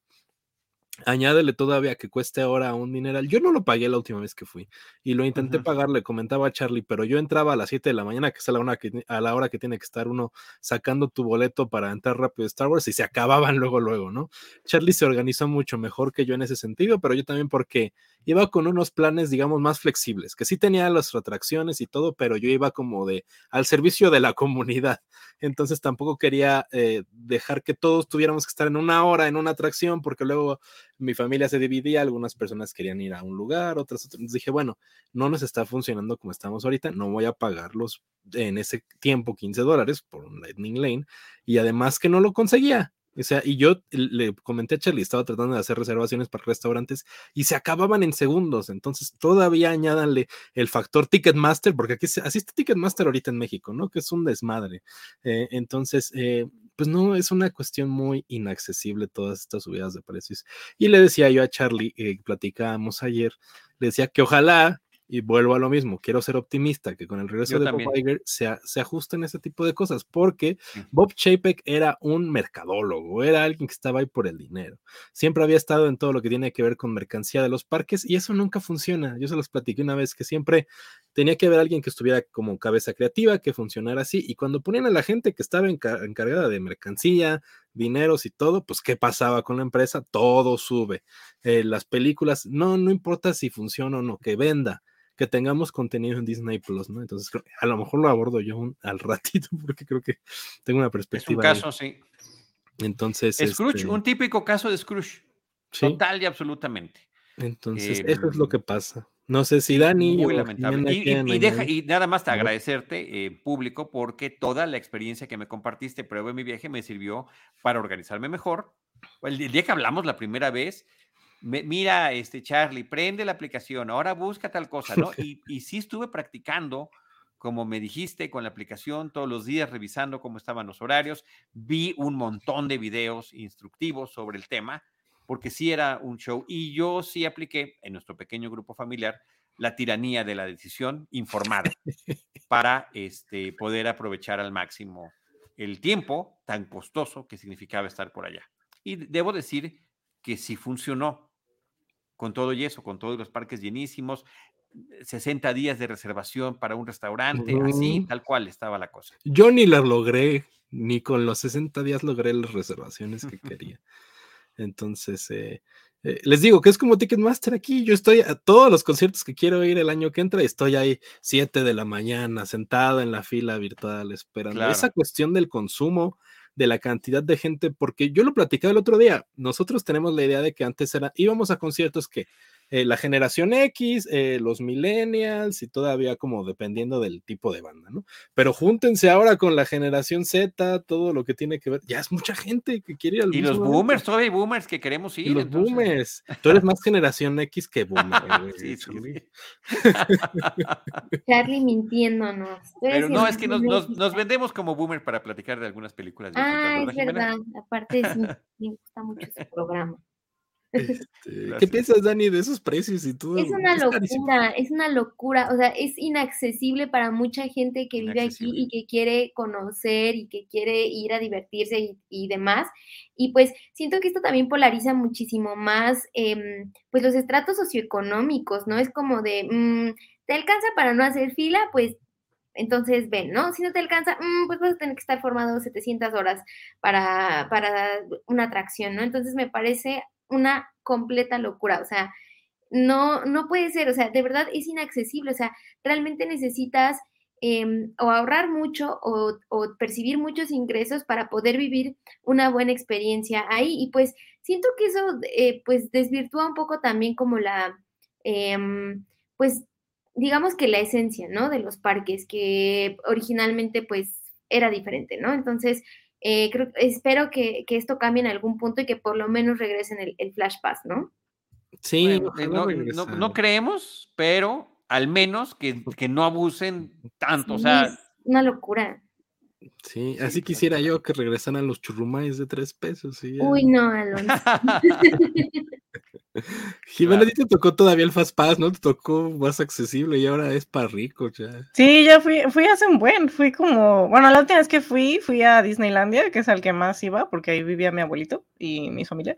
Añádele todavía que cueste ahora un dineral. Yo no lo pagué la última vez que fui y lo intenté uh-huh. pagar, le comentaba a Charlie, pero yo entraba a las siete de la mañana, que es a la, hora que, a la hora que tiene que estar uno sacando tu boleto para entrar rápido a Star Wars y se acababan luego, luego, ¿no? Charlie se organizó mucho mejor que yo en ese sentido, pero yo también porque iba con unos planes, digamos, más flexibles, que sí tenía las atracciones y todo, pero yo iba como de al servicio de la comunidad. Entonces tampoco quería eh, dejar que todos tuviéramos que estar en una hora en una atracción, porque luego mi familia se dividía, algunas personas querían ir a un lugar, otras, otras. Entonces dije, bueno, no nos está funcionando como estamos ahorita, no voy a pagarlos en ese tiempo quince dólares por un Lightning Lane, y además que no lo conseguía. O sea, y yo le comenté a Charlie, estaba tratando de hacer reservaciones para restaurantes y se acababan en segundos. Entonces, todavía añádanle el factor Ticketmaster, porque aquí así está Ticketmaster ahorita en México, ¿no? Que es un desmadre. Eh, entonces, eh, pues no, es una cuestión muy inaccesible todas estas subidas de precios. Y le decía yo a Charlie, eh, platicábamos ayer, le decía que ojalá, y vuelvo a lo mismo, quiero ser optimista, que con el regreso yo de también. Bob Iger se, se ajusten ese tipo de cosas, porque sí. Bob Chapek era un mercadólogo, era alguien que estaba ahí por el dinero. Siempre había estado en todo lo que tiene que ver con mercancía de los parques, y eso nunca funciona. Yo se los platiqué una vez, que siempre tenía que haber alguien que estuviera como cabeza creativa, que funcionara así, y cuando ponían a la gente que estaba encar- encargada de mercancía, dineros y todo, pues ¿qué pasaba con la empresa? Todo sube. Eh, las películas, no, no importa si funciona o no, que venda, que tengamos contenido en Disney Plus, ¿no? Entonces, a lo mejor lo abordo yo un, al ratito, porque creo que tengo una perspectiva.
Es un caso, ahí.
Sí. Entonces,
Scrooge,
este...
un típico caso de Scrooge. ¿Sí? Total y absolutamente.
Entonces, eh, eso es lo que pasa. No sé si
sí,
Dani
muy
o
lamentable. Y, y, y, deja, y nada más te agradecerte, eh, público, porque toda la experiencia que me compartiste previo a mi viaje me sirvió para organizarme mejor. El, el día que hablamos la primera vez, me, mira, este Charlie, prende la aplicación, ahora busca tal cosa, ¿no? Y, y sí estuve practicando como me dijiste, con la aplicación, todos los días revisando cómo estaban los horarios. Vi un montón de videos instructivos sobre el tema, porque sí era un show. Y yo sí apliqué en nuestro pequeño grupo familiar la tiranía de la decisión informada para este, poder aprovechar al máximo el tiempo tan costoso que significaba estar por allá. Y debo decir que sí funcionó con todo y eso, con todos los parques llenísimos, sesenta días de reservación para un restaurante, uh-huh. Así, tal cual estaba la cosa.
Yo ni la logré, ni con los sesenta días logré las reservaciones que quería. Entonces, eh, eh, les digo que es como Ticketmaster aquí. Yo estoy a todos los conciertos que quiero ir el año que entra, estoy ahí siete de la mañana, sentado en la fila virtual esperando. Claro. Esa cuestión del consumo, de la cantidad de gente, porque yo lo platicaba el otro día, nosotros tenemos la idea de que antes era, íbamos a conciertos que eh, la generación X, eh, los millennials y todavía como dependiendo del tipo de banda, ¿no? Pero júntense ahora con la generación Z, todo lo que tiene que ver, ya es mucha gente que quiere ir al
Y los boomers, momento. Todavía hay boomers que queremos ir.
Y los entonces. boomers, tú eres más generación X que boomer. Güey, sí, sí, sí.
Charlie mintiéndonos.
Pero no, es que nos, nos, nos vendemos como boomer para platicar de algunas películas.
Ah, es verdad, Jimena? Aparte sí, me gusta mucho ese programa.
Este, ¿Qué piensas, Dani, de esos precios y todo?
Es una es locura, carísimo. Es una locura, o sea, es inaccesible para mucha gente que vive aquí y que quiere conocer y que quiere ir a divertirse y, y demás, y pues siento que esto también polariza muchísimo más, eh, pues los estratos socioeconómicos, ¿no? Es como de, mmm, ¿te alcanza para no hacer fila? Pues entonces ven, ¿no? Si no te alcanza, mmm, pues vas a tener que estar formado setecientas horas para, para una atracción, ¿no? Entonces me parece una completa locura, o sea, no, no puede ser, o sea, de verdad es inaccesible, o sea, realmente necesitas eh, o ahorrar mucho o, o percibir muchos ingresos para poder vivir una buena experiencia ahí, y pues siento que eso eh, pues desvirtúa un poco también como la, eh, pues digamos que la esencia, ¿no? De los parques, que originalmente pues era diferente, ¿no? Entonces, Eh, creo, espero que, que esto cambie en algún punto y que por lo menos regresen el, el Flash Pass, ¿no?
Sí,
bueno, no, no, no creemos, pero al menos que, que no abusen tanto,
sí,
o sea...
Es una locura.
Sí, sí, así quisiera yo que regresaran los churrumais de tres pesos. Y
Uy, no, Alonso.
Jimena, claro. A ti te tocó todavía el Fast Pass, ¿no? Te tocó más accesible y ahora es para ricos ya.
Sí, ya fui, fui hace un buen, fui como, bueno, la última vez que fui, fui a Disneylandia, que es al que más iba, porque ahí vivía mi abuelito y mi familia.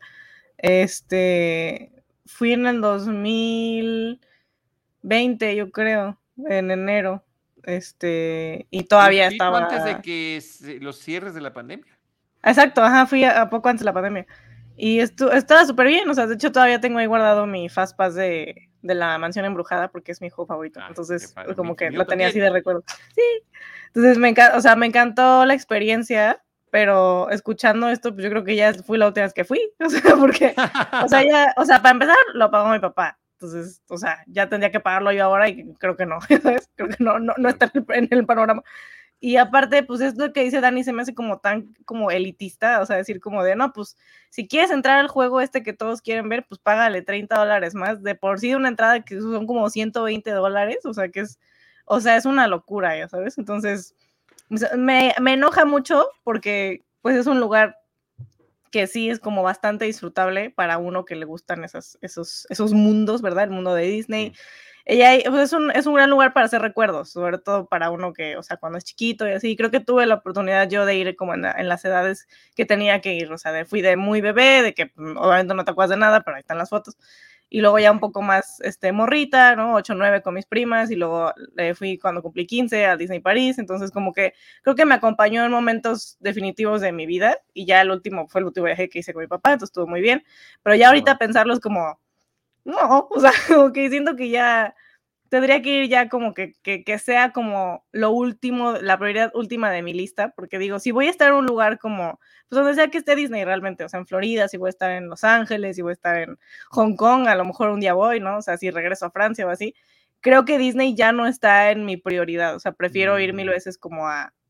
Este, fui en el dos mil veinte, yo creo, en enero, este, y todavía estaba...
antes de que se, los cierres de la pandemia.
Exacto, ajá, fui a, a poco antes de la pandemia. Y estu estaba súper bien, o sea, de hecho todavía tengo ahí guardado mi Fast Pass de, de la mansión embrujada porque es mi juego favorito, ah, entonces como que lo tenía así de recuerdo. Sí, entonces me encanta, o sea, me encantó la experiencia, pero escuchando esto, pues yo creo que ya fui la última vez que fui, o sea, porque, o sea, ya, o sea, para empezar, lo pagó mi papá, entonces, o sea, ya tendría que pagarlo yo ahora y creo que no, ¿sabes? Creo que no, no, no está en el panorama. Y aparte, pues es lo que dice Dani, se me hace como tan como elitista, o sea, decir como de, no, pues si quieres entrar al juego este que todos quieren ver, pues págale treinta dólares más, de por sí una entrada que son como ciento veinte dólares, o sea, que es, o sea, es una locura, ya sabes, entonces me, me enoja mucho porque pues es un lugar que sí es como bastante disfrutable para uno que le gustan esas, esos, esos mundos, ¿verdad? El mundo de Disney. Sí. Ella, pues es, un, es un gran lugar para hacer recuerdos, sobre todo para uno que, o sea, cuando es chiquito y así. Creo que tuve la oportunidad yo de ir como en, la, en las edades que tenía que ir, o sea, de, fui de muy bebé, de que obviamente no te acuerdas de nada, pero ahí están las fotos. Y luego ya un poco más este, morrita, ¿no? ocho, nueve con mis primas, y luego eh, fui cuando cumplí quince a Disney París, entonces como que creo que me acompañó en momentos definitivos de mi vida, y ya el último fue el último viaje que hice con mi papá, entonces estuvo muy bien, pero ya ahorita oh. pensarlo es como, no, o sea, como que siento que ya tendría que ir ya como que, que, que sea como lo último, la prioridad última de mi lista, porque digo, si voy a estar en un lugar como, pues donde sea que esté Disney realmente, o sea, en Florida, si voy a estar en Los Ángeles, si voy a estar en Hong Kong, a lo mejor un día voy, ¿no? O sea, si regreso a Francia o así, creo que Disney ya no está en mi prioridad, o sea, prefiero ir mil veces como a,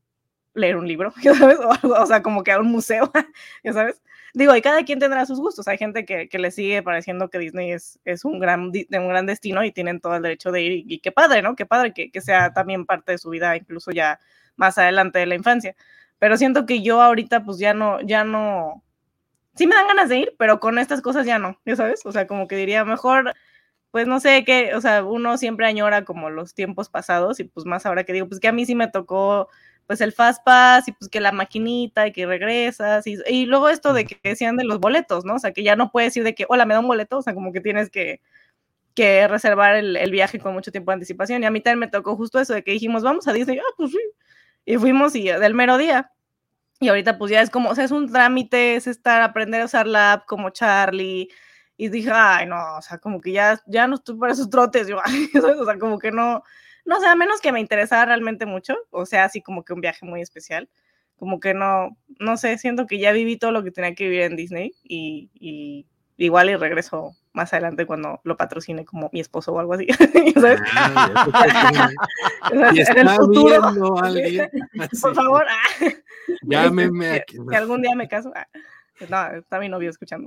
leer un libro, ¿ya sabes? O, o sea, como que a un museo, ¿ya sabes? Digo, y cada quien tendrá sus gustos. Hay gente que, que le sigue pareciendo que Disney es, es un, gran, un gran destino y tienen todo el derecho de ir. Y, y qué padre, ¿no? Qué padre que, que sea también parte de su vida, incluso ya más adelante de la infancia. Pero siento que yo ahorita pues ya no, ya no... Sí me dan ganas de ir, pero con estas cosas ya no, ¿ya sabes? O sea, como que diría, mejor, pues no sé qué, o sea, uno siempre añora como los tiempos pasados y pues más ahora que digo, pues que a mí sí me tocó pues el Fast Pass y pues que la maquinita y que regresas y, y luego esto de que decían de los boletos, ¿no? O sea, que ya no puedes ir de que, hola, me da un boleto, o sea, como que tienes que, que reservar el, el viaje con mucho tiempo de anticipación y a mí también me tocó justo eso de que dijimos, vamos a Disney, ah, pues sí, y fuimos y del mero día. Y ahorita pues ya es como, o sea, es un trámite, es estar, aprender a usar la app como Charlie. Y dije, ay, no, o sea, como que ya, ya no estoy para esos trotes. Yo, o sea, como que no, no sé, a menos que me interesara realmente mucho, o sea, así como que un viaje muy especial. Como que no, no sé, siento que ya viví todo lo que tenía que vivir en Disney y, y igual y regreso más adelante cuando lo patrocine como mi esposo o algo así, ¿sabes?
Ah, y
en el futuro,
alguien,
por favor, ah,
llámeme
si,
aquí.
si algún día me caso, ah, no, está mi novio escuchando,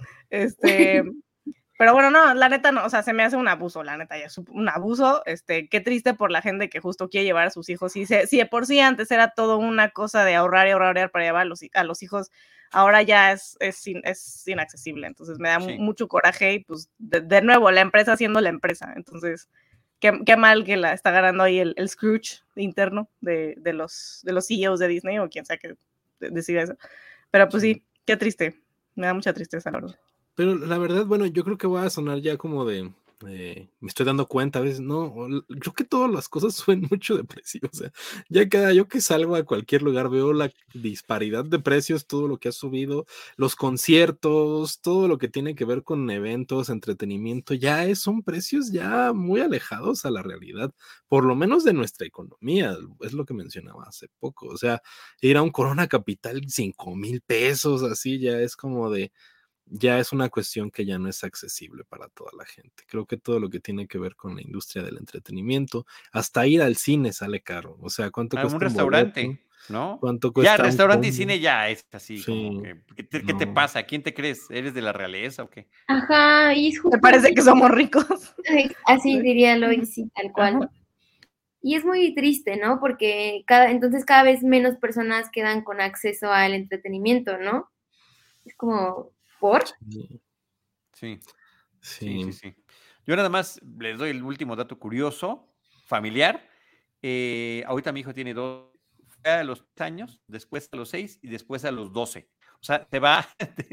este, pero bueno, no, la neta no, o sea, se me hace un abuso, la neta ya es un abuso, este, qué triste por la gente que justo quiere llevar a sus hijos, y si de por sí antes era todo una cosa de ahorrar y ahorrar, y ahorrar para llevar a los, a los hijos, ahora ya es, es, es inaccesible, entonces me da sí. mucho coraje y pues de, de nuevo la empresa siendo la empresa, entonces qué, qué mal que la está ganando ahí el, el Scrooge interno de, de, los, de los C E Os de Disney o quien sea que decida eso, pero pues sí, sí qué triste, me da mucha tristeza la verdad.
Pero la verdad, bueno, yo creo que voy a sonar ya como de, eh, me estoy dando cuenta a veces, no, yo que todas las cosas suben mucho de precio, o sea, ya cada yo que salgo a cualquier lugar veo la disparidad de precios, todo lo que ha subido, los conciertos, todo lo que tiene que ver con eventos, entretenimiento, ya es, son precios ya muy alejados a la realidad, por lo menos de nuestra economía, es lo que mencionaba hace poco, o sea, ir a un Corona Capital, cinco mil pesos, así ya es como de... ya es una cuestión que ya no es accesible para toda la gente. Creo que todo lo que tiene que ver con la industria del entretenimiento, hasta ir al cine sale caro. O sea, ¿cuánto
a
cuesta
un restaurante?
Un boleto?
¿No?
¿Cuánto cuesta?
Ya, restaurante
un
y cine ya es así, sí, como que, ¿qué, te, no. ¿qué te pasa? ¿Quién te crees? ¿Eres de la realeza o qué?
Ajá, y es
justo... Me parece que somos ricos.
Así diría Lois, sí, tal cual. Ajá. Y es muy triste, ¿no? Porque cada, entonces cada vez menos personas quedan con acceso al entretenimiento, ¿no? Es como, ¿por?
Sí. Sí. Sí. sí, sí, sí. Yo nada más les doy el último dato curioso, familiar. Eh, ahorita mi hijo tiene dos, a los años, después a los seis y después a los doce. O sea, te va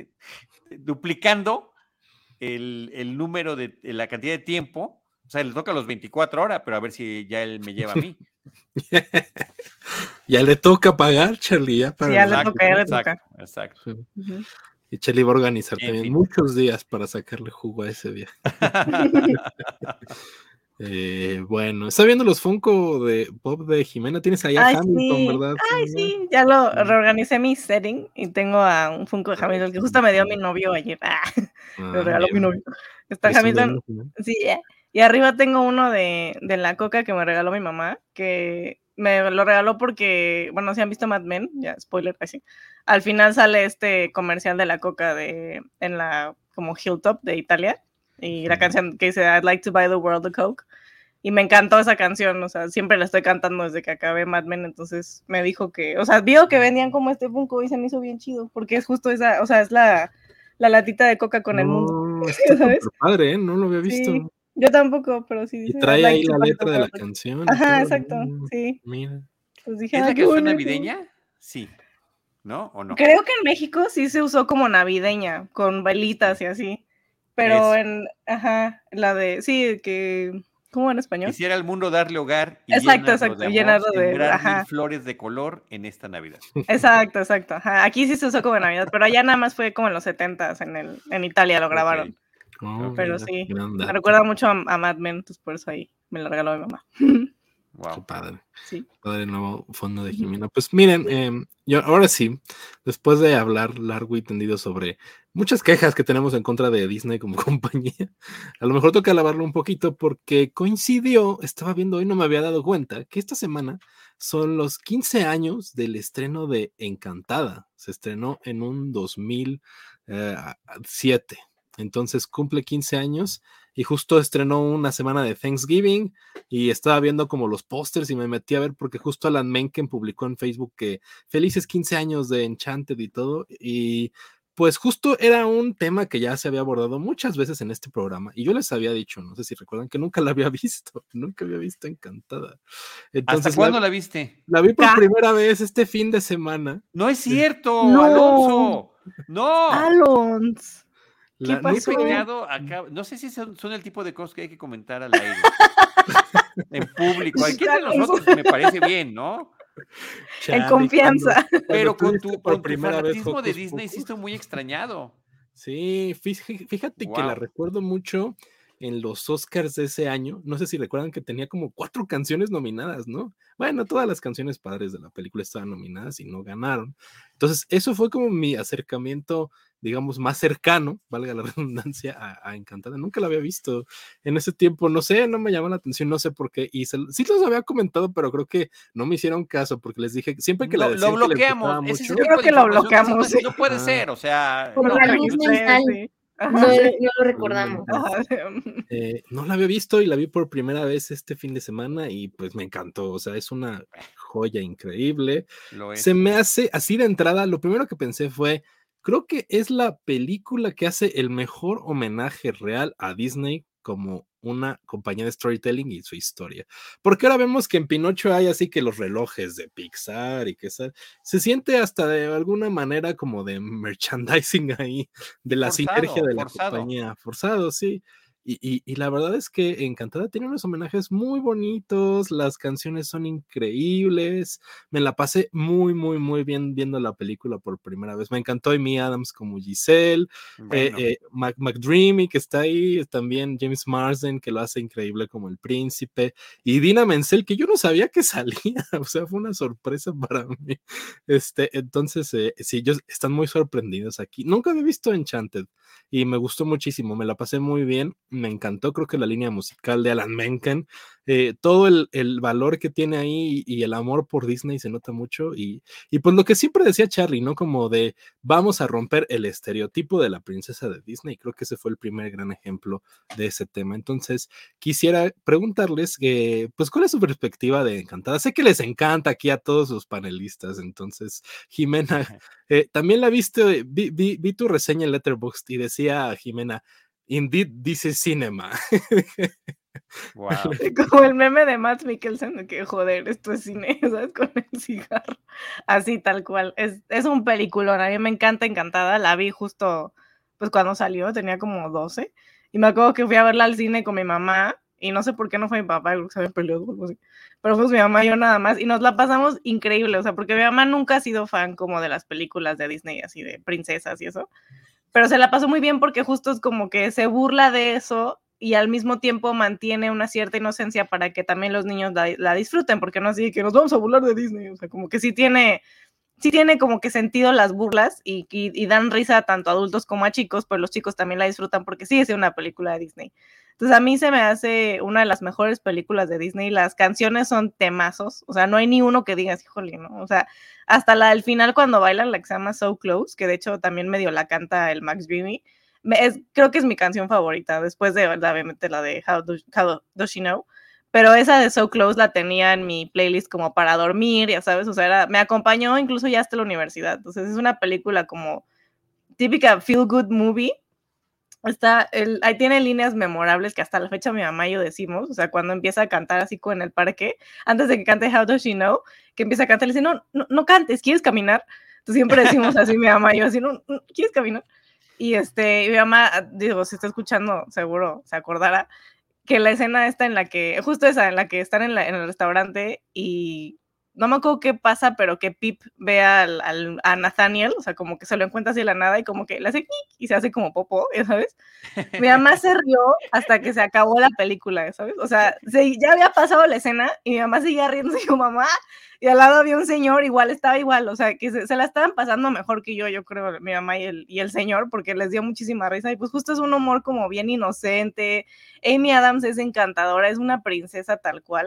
duplicando el, el número de, de la cantidad de tiempo. O sea, le toca a los veinticuatro horas, pero a ver si ya él me lleva a mí.
Ya le toca pagar, Charlie. Ya, para
sí, ya le toca, ya le toca.
Exacto, exacto.
Sí. Uh-huh. Y Charlie va a organizar en también fin. muchos días para sacarle jugo a ese viaje. eh, bueno, está viendo los Funko de Bob de Jimena. Tienes allá
Ay,
Hamilton,
sí.
¿verdad?
Ay, sí, ya lo reorganicé mi setting y tengo a un Funko de Hamilton que justo me dio mi novio ayer. Ah, ah, me regaló bien. mi novio. Está Hamilton. Sí, yeah. Y arriba tengo uno de, de la Coca que me regaló mi mamá, que me lo regaló porque, bueno, si han visto Mad Men, ya spoiler, así. Al final sale este comercial de la Coca de, en la como Hilltop de Italia, y la canción que dice I'd like to buy the world a Coke, y me encantó esa canción, o sea, siempre la estoy cantando desde que acabé Mad Men, entonces me dijo que, o sea, vio que vendían como este Funko y se me hizo bien chido, porque es justo esa, o sea, es la, la latita de Coca con
no,
el mundo.
Está ¿sabes? Padre, ¿eh? No lo había visto.
Sí. Yo tampoco, pero sí dice.
Y trae ahí la letra de la canción.
Ajá, exacto, sí.
Mira.
Pues dije,
¿Es
ah,
la
qué
canción
bonito.
navideña? Sí. ¿No? ¿O no?
Creo que en México sí se usó como navideña, con velitas y así. Pero es. en, ajá, la de, sí, que, ¿cómo en español?
Quisiera al mundo darle hogar y
exacto,
llenarlo
exacto,
de amor,
llenarlo de,
ajá. Mil flores de color en esta Navidad.
Exacto, exacto. Ajá. Aquí sí se usó como Navidad, pero allá nada más fue como en los setentas, en, el, en Italia lo grabaron. Okay. Oh, pero mira, sí, me recuerda mucho a, a Mad Men, entonces por eso ahí me lo regaló mi mamá.
Wow. Qué padre.
Sí.
Padre nuevo fondo de Jimena. Pues miren, eh, yo ahora sí, después de hablar largo y tendido sobre muchas quejas que tenemos en contra de Disney como compañía, a lo mejor toca alabarlo un poquito porque coincidió, estaba viendo hoy, no me había dado cuenta, que esta semana son los quince años del estreno de Encantada. Se estrenó en un dos mil siete. Entonces cumple quince años y justo estrenó una semana de Thanksgiving y estaba viendo como los pósters y me metí a ver porque justo Alan Menken publicó en Facebook que felices quince años de Enchanted y todo, y pues justo era un tema que ya se había abordado muchas veces en este programa y yo les había dicho, no sé si recuerdan, que nunca la había visto, nunca había visto Encantada. Entonces,
¿hasta cuándo
la,
la viste?
La vi por
¿Ca?
primera vez este fin de semana.
No es cierto,
No.
Alonso. No.
Alonso. ¿Qué
La,
Muy
pasó?
pecado acá. No sé si son, son el tipo de cosas que hay que comentar al aire. En público. Aquí entre nosotros me parece bien, ¿no?
Charlie,
En confianza.
Cuando, cuando
Pero
tú
con
viste
tu,
por
con tu
primera vez
fanatismo de
Hocus
Disney sí
Pocus.
estoy muy extrañado.
Sí, fí- fíjate que la
Wow.
recuerdo mucho en los Oscars de ese año. No sé si recuerdan que tenía como cuatro canciones nominadas, ¿no? Bueno, todas las canciones padres de la película estaban nominadas y no ganaron. Entonces, eso fue como mi acercamiento, digamos, más cercano, valga la redundancia, a, a Encantada. Nunca la había visto en ese tiempo, no sé, no me llamó la atención, no sé por qué. Y se, sí los había comentado, pero creo que no me hicieron caso porque les dije, siempre que la
Lo,
decían
lo
que les
bloqueamos.
gustaba
Ese es el
mucho.
Creo
tipo de
que lo
información que
bloqueamos,
dices,
sí.
no, no puede
Ah.
ser. O sea,
Por
no,
la
no,
luz
yo-
mental.
Sí, sí.
No,
Ajá.
no lo recordamos.
Ajá.
Eh, no la había visto y la vi por primera vez este fin de semana y pues me encantó, o sea, es una joya increíble.
lo es.
Se me hace así de entrada, lo primero que pensé fue, creo que es la película que hace el mejor homenaje real a Disney como una compañía de storytelling y su historia. Porque ahora vemos que en Pinocho hay así que los relojes de Pixar y que se, se siente hasta de alguna manera como de merchandising ahí, de la
Forzado,
sinergia de la
forzado.
compañía, forzado, sí. Y, y, y, la verdad es que Encantada tiene unos homenajes muy bonitos, las canciones son increíbles, me la pasé muy, muy, muy bien viendo la película por primera vez. Me encantó Amy Adams como Giselle,
Bueno.
eh, eh, Mac, McDreamy que está ahí, también James Marsden que lo hace increíble como el príncipe, y Dina Menzel que yo no sabía que salía, o sea, fue una sorpresa para mí. Este, entonces, eh, sí, ellos están muy sorprendidos aquí. Nunca había visto Enchanted y me gustó muchísimo, me la pasé muy bien, me encantó, creo que la línea musical de Alan Menken, eh, todo el, el valor que tiene ahí y, y el amor por Disney se nota mucho y, y pues lo que siempre decía Charlie, ¿no? Como de vamos a romper el estereotipo de la princesa de Disney, creo que ese fue el primer gran ejemplo de ese tema. Entonces quisiera preguntarles, eh, pues cuál es su perspectiva de Encantada. Sé que les encanta aquí a todos los panelistas, entonces Jimena, eh, también la viste, vi, vi, vi tu reseña en Letterboxd y decía Jimena, indeed this is cinema.
Wow.
Como el meme de Matt Mikkelsen de que joder, esto es cine, ¿sabes? Con el cigarro. Así tal cual. Es, es un peliculón. A mí me encanta, Encantada. La vi justo pues cuando salió, tenía como doce. Y me acuerdo que fui a verla al cine con mi mamá. Y no sé por qué no fue mi papá, creo que se había peleado o algo así. Pero fuimos mi mamá y yo nada más. Y nos la pasamos increíble. O sea, porque mi mamá nunca ha sido fan como de las películas de Disney, así de princesas y eso. Pero se la pasó muy bien porque justo es como que se burla de eso y al mismo tiempo mantiene una cierta inocencia para que también los niños la, la disfruten, porque no así que nos vamos a burlar de Disney, o sea, como que sí tiene, sí tiene como que sentido las burlas y, y, y dan risa tanto a adultos como a chicos, pero los chicos también la disfrutan porque sí es una película de Disney. Entonces a mí se me hace una de las mejores películas de Disney, las canciones son temazos, o sea, no hay ni uno que digas, híjole, ¿no? O sea, hasta la del final cuando bailan, la que se llama So Close, que de hecho también medio la canta el Max Dreamy, es, creo que es mi canción favorita, después de, obviamente, la de How, Do, How Does She Know, pero esa de So Close la tenía en mi playlist como para dormir, ya sabes, o sea, era, me acompañó incluso ya hasta la universidad, entonces es una película como típica feel good movie. Está, el, ahí tiene líneas memorables que hasta la fecha mi mamá y yo decimos, o sea, cuando empieza a cantar así como en el parque, antes de que cante How Does She Know, que empieza a cantar, le dice, no, no, no cantes, ¿quieres caminar? Entonces siempre decimos así mi mamá y yo, así, no, no, ¿quieres caminar? Y este, y mi mamá, digo, si está escuchando, seguro se acordará, que la escena esta en la que, justo esa, en la que están en, la, en el restaurante y no me acuerdo qué pasa, pero que Pip ve al, al, a Nathaniel, o sea, como que se lo encuentra así de la nada y como que le hace y se hace como popó, ¿sabes? Mi mamá se rió hasta que se acabó la película, ¿sabes? O sea, se, ya había pasado la escena y mi mamá seguía riendo y dijo, mamá, y al lado había un señor igual, estaba igual, o sea, que se, se la estaban pasando mejor que yo, yo creo, mi mamá y el, y el señor, porque les dio muchísima risa y pues justo es un humor como bien inocente. Amy Adams es encantadora, es una princesa tal cual.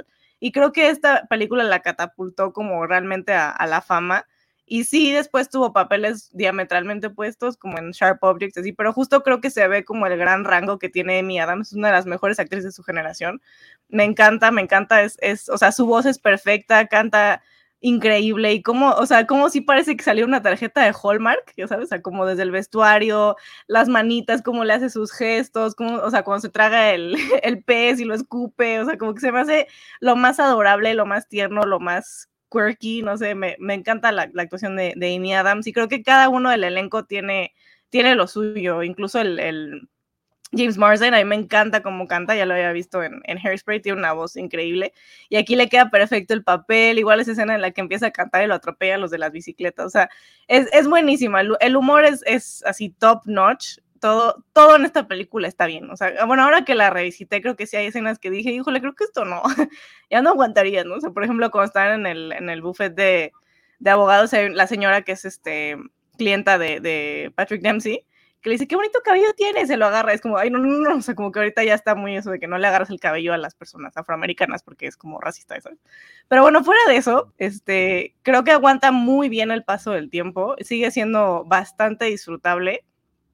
y creo que esta película la catapultó como realmente a, a la fama. Y sí, después tuvo papeles diametralmente opuestos, como en Sharp Objects, así, pero justo creo que se ve como el gran rango que tiene Amy Adams, es una de las mejores actrices de su generación. Me encanta, me encanta, es, es, o sea, su voz es perfecta, canta increíble, y como, o sea, como si parece que salió una tarjeta de Hallmark, ya sabes, o sea, como desde el vestuario, las manitas, cómo le hace sus gestos, como, o sea, cuando se traga el, el pez y lo escupe, o sea, como que se me hace lo más adorable, lo más tierno, lo más quirky, no sé, me, me encanta la, la actuación de, de Amy Adams, y creo que cada uno del elenco tiene, tiene lo suyo, incluso el, el James Marsden, a mí me encanta cómo canta, ya lo había visto en, en Hairspray, tiene una voz increíble, y aquí le queda perfecto el papel, igual esa escena en la que empieza a cantar y lo atropellan los de las bicicletas, o sea, es, es buenísima, el, el humor es, es así top notch, todo, todo en esta película está bien, o sea, bueno, ahora que la revisité, creo que sí hay escenas que dije, híjole, creo que esto no, ya no aguantaría, ¿no? O sea, por ejemplo, cuando están en el, en el buffet de, de abogados, hay la señora que es este, clienta de, de Patrick Dempsey, que le dice, qué bonito cabello tiene, se lo agarra, es como, ay, no, no, no, o sea, como que ahorita ya está muy eso de que no le agarras el cabello a las personas afroamericanas porque es como racista eso. Pero bueno, fuera de eso, este, creo que aguanta muy bien el paso del tiempo, sigue siendo bastante disfrutable,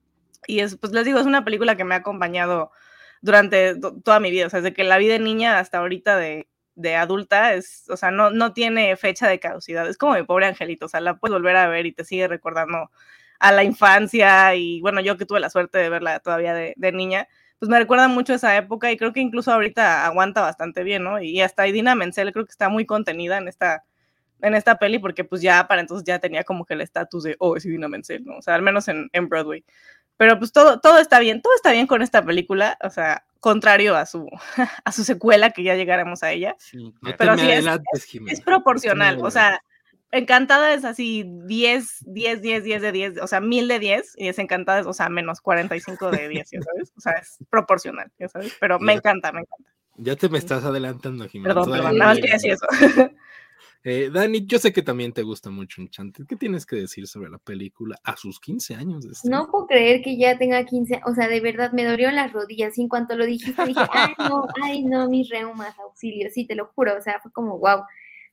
y es, pues les digo, es una película que me ha acompañado durante to- toda mi vida, o sea, desde que la vi de niña hasta ahorita de, de adulta, es, o sea, no, no tiene fecha de caducidad, es como mi pobre angelito, o sea, la puedes volver a ver y te sigue recordando a la infancia, y bueno, yo que tuve la suerte de verla todavía de, de niña, pues me recuerda mucho a esa época, y creo que incluso ahorita aguanta bastante bien, ¿no? Y hasta Idina Menzel creo que está muy contenida en esta, en esta peli, porque pues ya para entonces ya tenía como que el estatus de, oh, es Idina Menzel, ¿no? O sea, al menos en, en Broadway. Pero pues todo, todo está bien, todo está bien con esta película, o sea, contrario a su, a su secuela, que ya llegaremos a ella.
Sí,
No te
Pero
me
sí es,
adelantes,
es,
Jimena.
es proporcional,
No te me
o sea, Encantada es así diez, diez, diez, diez de diez, o sea, mil de diez, y Desencantada es, o sea, menos cuarenta y cinco de diez, ya sabes, o sea, es proporcional, ya sabes, pero me
Ya,
encanta, me encanta.
ya te me estás adelantando, Jimena.
Perdón,
Todavía
perdón,
no
nada más quería
llega.
decir eso.
Eh, Dani, yo sé que también te gusta mucho Enchanted. ¿Qué tienes que decir sobre la película a sus quince años de estreno?
No puedo creer que ya tenga quince, o sea, de verdad me dolió las rodillas. Y en cuanto lo dijiste, dije, ay, no, ay, no, mis reumas, auxilio, sí, te lo juro, o sea, fue como, wow,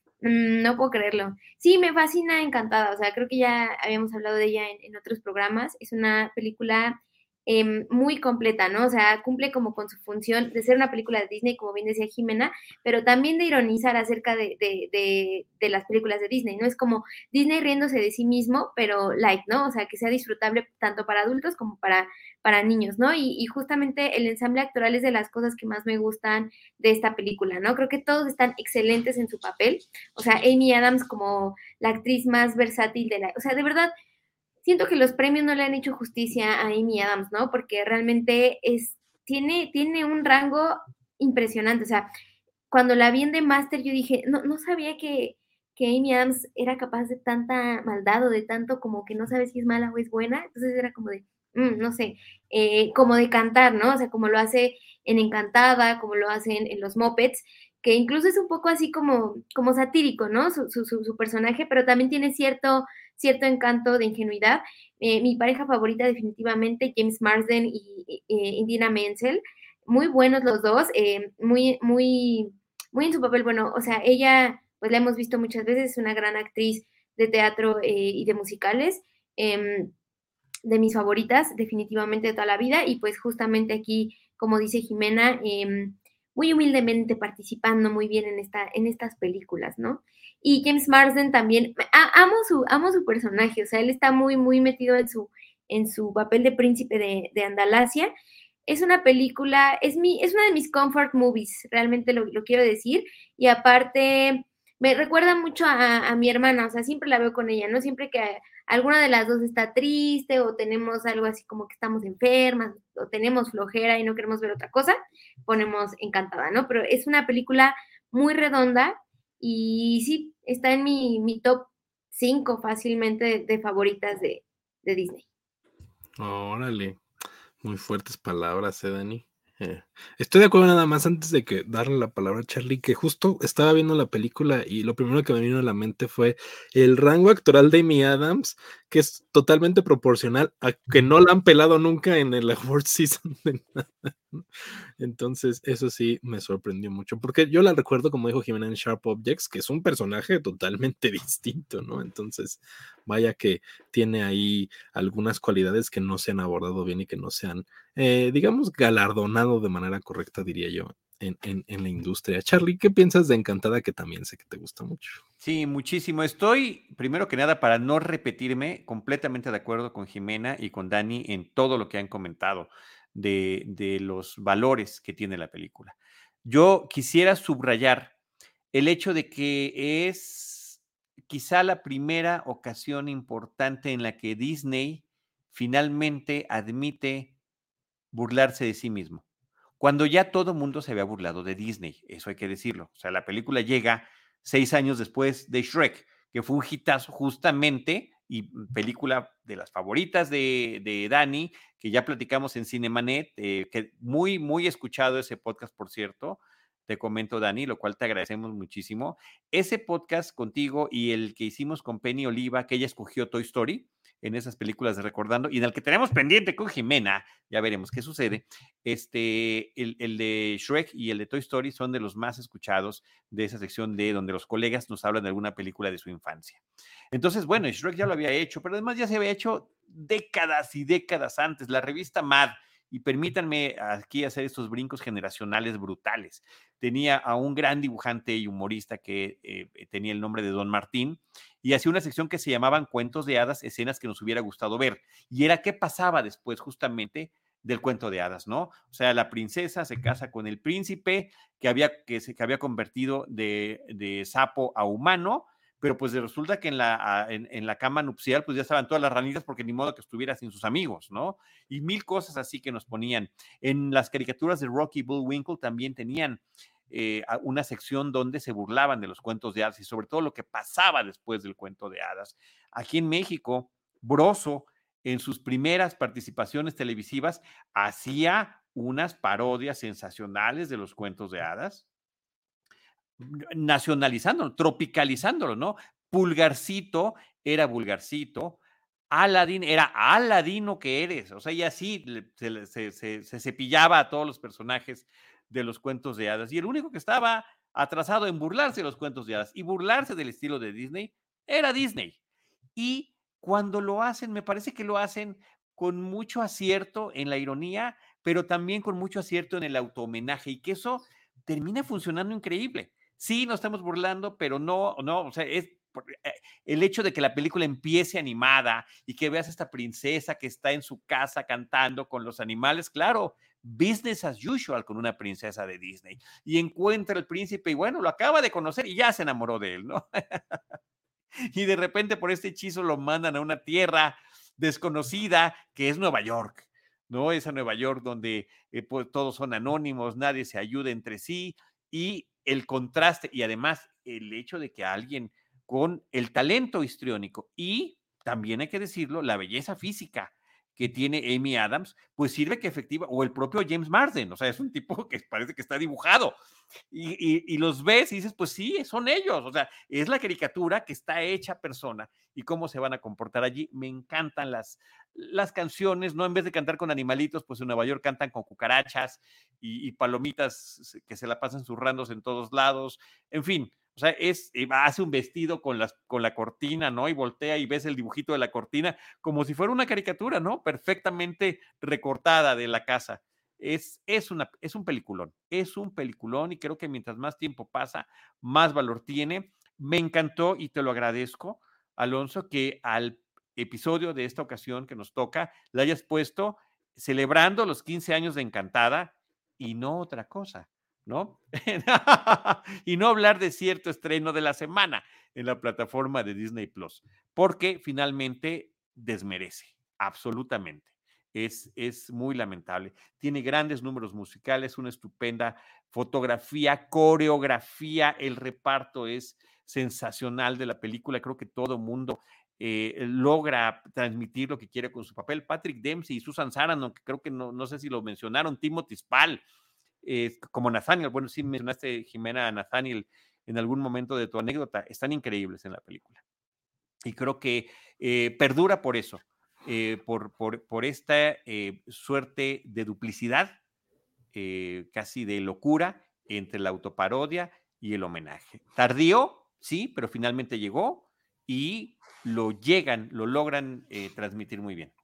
mm, no puedo creerlo. Sí, me fascina Encantada, o sea, creo que ya habíamos hablado de ella en, en otros programas. Es una película eh, muy completa, ¿no? O sea, cumple como con su función de ser una película de Disney, como bien decía Jimena, pero también de ironizar acerca de, de, de, de las películas de Disney, ¿no? Es como Disney riéndose de sí mismo, pero like, ¿no? O sea, que sea disfrutable tanto para adultos como para, para niños, ¿no? Y, y justamente el ensamble actoral es de las cosas que más me gustan de esta película, ¿no? Creo que todos están excelentes en su papel, o sea, Amy Adams como la actriz más versátil de la, o sea, de verdad, siento que los premios no le han hecho justicia a Amy Adams, ¿no? Porque realmente es, tiene, tiene un rango impresionante, o sea, cuando la vi en The Master yo dije, no, no sabía que, que Amy Adams era capaz de tanta maldad o de tanto como que no sabes si es mala o es buena, entonces era como de, mm, no sé, eh, como de cantar, ¿no? O sea, como lo hace en Encantada, como lo hace en, en Los Muppets, que incluso es un poco así como, como satírico, ¿no? Su, su, su, su personaje, pero también tiene cierto, cierto encanto de ingenuidad. Eh, mi pareja favorita definitivamente, James Marsden y eh, Idina Menzel, muy buenos los dos, eh, muy, muy, muy en su papel, bueno, o sea, ella, pues la hemos visto muchas veces, es una gran actriz de teatro eh, y de musicales, eh, de mis favoritas, definitivamente de toda la vida, y pues justamente aquí, como dice Jimena, eh, muy humildemente participando muy bien en, esta, en estas películas, ¿no? Y James Marsden también, a, amo, su, amo su personaje, o sea, él está muy, muy metido en su, en su papel de príncipe de, de Andalasia. Es una película, es, mi, es una de mis comfort movies, realmente lo, lo quiero decir, y aparte me recuerda mucho a, a mi hermana, o sea, siempre la veo con ella, ¿no? Siempre que alguna de las dos está triste o tenemos algo así como que estamos enfermas o tenemos flojera y no queremos ver otra cosa, ponemos Encantada, ¿no? Pero es una película muy redonda y sí, está en mi, mi top cinco fácilmente de, de favoritas de, de Disney.
Órale, muy fuertes palabras, ¿eh, Dani? Eh, estoy de acuerdo nada más antes de que darle la palabra a Charlie, que justo estaba viendo la película y lo primero que me vino a la mente fue el rango actoral de Amy Adams, que es totalmente proporcional a que no la han pelado nunca en el award season de nada. Entonces, eso sí me sorprendió mucho, porque yo la recuerdo, como dijo Jimena, en Sharp Objects, que es un personaje totalmente distinto, ¿no? Entonces, vaya que tiene ahí algunas cualidades que no se han abordado bien y que no se han, eh, digamos, galardonado de manera correcta, diría yo, en, en, en la industria. Charlie, ¿qué piensas de Encantada, que también sé que te gusta mucho?
Sí, muchísimo. Estoy, primero que nada, para no repetirme, completamente de acuerdo con Jimena y con Dani en todo lo que han comentado de, de los valores que tiene la película. Yo quisiera subrayar el hecho de que es quizá la primera ocasión importante en la que Disney finalmente admite burlarse de sí mismo. Cuando ya todo mundo se había burlado de Disney, eso hay que decirlo. O sea, la película llega seis años después de Shrek, que fue un hitazo justamente y película de las favoritas de, de Dani, que ya platicamos en Cinemanet, eh, que muy, muy escuchado ese podcast, por cierto. Te comento, Dani, lo cual te agradecemos muchísimo. Ese podcast contigo y el que hicimos con Penny Oliva, que ella escogió Toy Story en esas películas de Recordando, y en el que tenemos pendiente con Jimena, ya veremos qué sucede. Este, el, el de Shrek y el de Toy Story son de los más escuchados de esa sección de donde los colegas nos hablan de alguna película de su infancia. Entonces, bueno, Shrek ya lo había hecho, pero además ya se había hecho décadas y décadas antes. La revista Mad, y permítanme aquí hacer estos brincos generacionales brutales, tenía a un gran dibujante y humorista que eh, tenía el nombre de Don Martín, y hacía una sección que se llamaban Cuentos de Hadas, escenas que nos hubiera gustado ver, y era qué pasaba después justamente del cuento de hadas, ¿no? O sea, la princesa se casa con el príncipe que había, que se, que había convertido de, de sapo a humano, pero pues resulta que en la, en, en la cama nupcial pues ya estaban todas las ranitas porque ni modo que estuviera sin sus amigos, ¿no? Y mil cosas así que nos ponían. En las caricaturas de Rocky Bullwinkle también tenían eh, una sección donde se burlaban de los cuentos de hadas y sobre todo lo que pasaba después del cuento de hadas. Aquí en México, Broso, en sus primeras participaciones televisivas, hacía unas parodias sensacionales de los cuentos de hadas, nacionalizándolo, tropicalizándolo, ¿no? Pulgarcito era Vulgarcito, Aladín era Aladino que eres, o sea, y así se, se, se, se cepillaba a todos los personajes de los cuentos de hadas, y el único que estaba atrasado en burlarse de los cuentos de hadas y burlarse del estilo de Disney era Disney. Y cuando lo hacen, me parece que lo hacen con mucho acierto en la ironía, pero también con mucho acierto en el auto-homenaje, y que eso termina funcionando increíble. Sí, nos estamos burlando, pero no, no, o sea, es el hecho de que la película empiece animada y que veas a esta princesa que está en su casa cantando con los animales, claro, business as usual con una princesa de Disney. Y encuentra al príncipe y bueno, lo acaba de conocer y ya se enamoró de él, ¿no? Y de repente por este hechizo lo mandan a una tierra desconocida que es Nueva York, ¿no? Esa Nueva York donde eh, pues, todos son anónimos, nadie se ayuda entre sí, y el contraste y además el hecho de que alguien con el talento histriónico y también hay que decirlo, la belleza física que tiene Amy Adams, pues sirve que efectiva, o el propio James Marsden, o sea, es un tipo que parece que está dibujado, y, y, y, los ves y dices, pues sí, son ellos, o sea, es la caricatura que está hecha persona y cómo se van a comportar allí. Me encantan las, las canciones, ¿no? En vez de cantar con animalitos, pues en Nueva York cantan con cucarachas y, y palomitas que se la pasan zurrándose en todos lados, en fin. O sea, es, hace un vestido con, las, con la cortina, ¿no? Y voltea y ves el dibujito de la cortina como si fuera una caricatura, ¿no? Perfectamente recortada de la casa. Es, es, una, es un peliculón, es un peliculón y creo que mientras más tiempo pasa, más valor tiene. Me encantó y te lo agradezco, Alonso, que al episodio de esta ocasión que nos toca, le hayas puesto celebrando los quince años de Encantada y no otra cosa, ¿no? Y no hablar de cierto estreno de la semana en la plataforma de Disney Plus, porque finalmente desmerece, absolutamente. Es, es muy lamentable. Tiene grandes números musicales, una estupenda fotografía, coreografía, el reparto es sensacional de la película. Creo que todo mundo eh, logra transmitir lo que quiere con su papel. Patrick Dempsey y Susan Sarandon, que creo que no, no sé si lo mencionaron, Timothy Spall, eh, como Nathaniel. Bueno, sí mencionaste, Jimena, a Nathaniel en algún momento de tu anécdota. Están increíbles en la película. Y creo que eh, perdura por eso. Eh, por, por, por esta eh, suerte de duplicidad eh, casi de locura entre la autoparodia y el homenaje. Tardío, sí, pero finalmente llegó y lo llegan, lo logran eh, transmitir muy bien.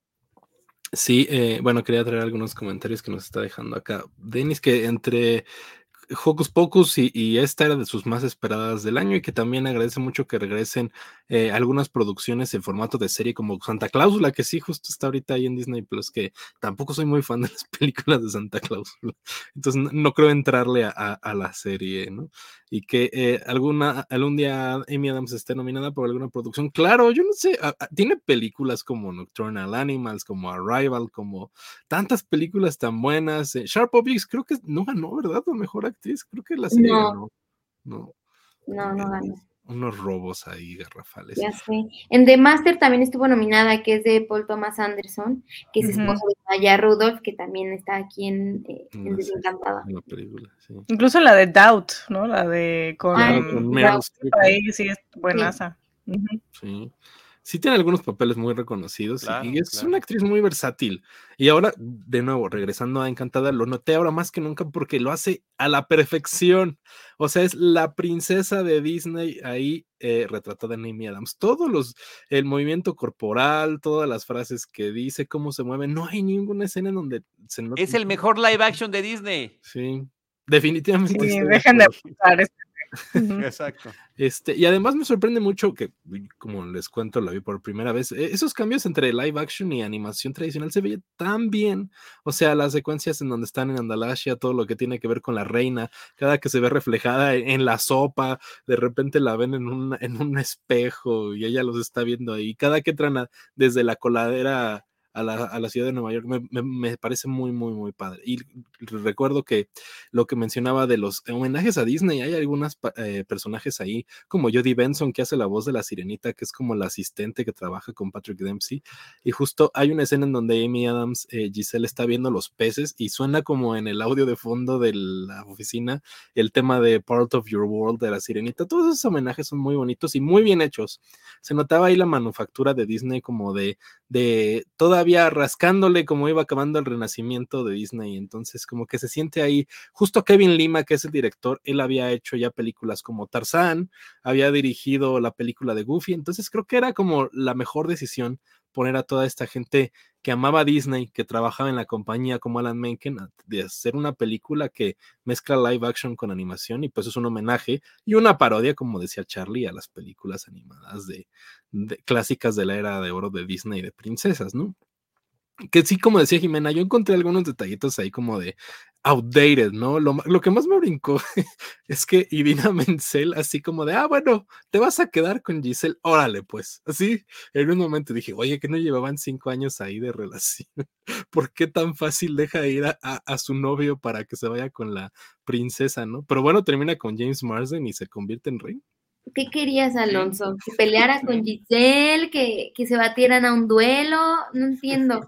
Sí, eh, bueno, quería traer algunos comentarios que nos está dejando acá Denis, que entre Hocus Pocus y, y esta era de sus más esperadas del año, y que también agradece mucho que regresen eh, algunas producciones en formato de serie como Santa Cláusula, que sí, justo está ahorita ahí en Disney Plus, que tampoco soy muy fan de las películas de Santa Cláusula, entonces no, no creo entrarle a, a, a la serie, ¿no? Y que eh, alguna, algún día Amy Adams esté nominada por alguna producción. Claro, yo no sé, a, a, tiene películas como Nocturnal Animals, como Arrival, como tantas películas tan buenas. Eh, Sharp Objects creo que no ganó, ¿verdad? La mejor actriz, creo que la serie
No,
ganó. No,
no, no ganó.
Unos robos ahí garrafales.
Ya sé. En The Master también estuvo nominada, que es de Paul Thomas Anderson, que es
Ujú.
esposo de Maya Rudolph, que también está aquí en, eh, en
No sé,
Desencantada.
en la película, sí.
Incluso la de Doubt, ¿no? La de con,
Ah,
Claro, con Meryl Streep, ¿no?
ahí sí es buenaza. Ujú.
Sí. Sí tiene algunos papeles muy reconocidos,
Claro,
y es
claro.
una actriz muy versátil. Y ahora, de nuevo, regresando a Encantada, lo noté ahora más que nunca porque lo hace a la perfección. O sea, es la princesa de Disney ahí eh, retratada en Amy Adams. Todos los, el movimiento corporal, todas las frases que dice, cómo se mueve, no hay ninguna escena en donde se note.
Es el mejor live action de Disney.
Sí, definitivamente.
Sí,
estoy de
dejen de
acuerdo.
abusar. este- Ujú.
Exacto.
Este, y además me sorprende mucho que, como les cuento, la vi por primera vez, eh, esos cambios entre live action y animación tradicional se veía tan bien. O sea, las secuencias en donde están en Andalasia, todo lo que tiene que ver con la reina, cada que se ve reflejada en, en la sopa, de repente la ven en un, en un espejo y ella los está viendo ahí. Cada que entran a- desde la coladera a la, a la ciudad de Nueva York, me, me, me parece muy, muy, muy padre. Y recuerdo que lo que mencionaba de los homenajes a Disney, hay algunos eh, personajes ahí, como Jodie Benson, que hace la voz de la sirenita, que es como la asistente que trabaja con Patrick Dempsey, y justo hay una escena en donde Amy Adams, eh, Giselle, está viendo los peces, y suena como en el audio de fondo de la oficina, el tema de Part of Your World de la sirenita. Todos esos homenajes son muy bonitos y muy bien hechos. Se notaba ahí la manufactura de Disney, como de, de todavía rascándole como iba acabando el renacimiento de Disney, entonces como que se siente ahí. Justo Kevin Lima, que es el director, él había hecho ya películas como Tarzán, había dirigido la película de Goofy, entonces creo que era como la mejor decisión poner a toda esta gente que amaba Disney, que trabajaba en la compañía como Alan Menken, de hacer una película que mezcla live action con animación, y pues es un homenaje y una parodia, como decía Charlie, a las películas animadas de, de clásicas de la era de oro de Disney de princesas, ¿no? Que sí, como decía Jimena, yo encontré algunos detallitos ahí como de outdated, ¿no? Lo, lo que más me brincó es que Idina Menzel, así como de, ah, bueno, te vas a quedar con Giselle, órale, pues. Así, en un momento dije, oye, que no llevaban cinco años ahí de relación. ¿Por qué tan fácil deja ir a, a, a su novio para que se vaya con la princesa, ¿no? Pero bueno, termina con James Marsden y se convierte en rey.
¿Qué querías, Alonso? ¿Que peleara con Giselle? ¿Que, que se batieran a un duelo? No entiendo.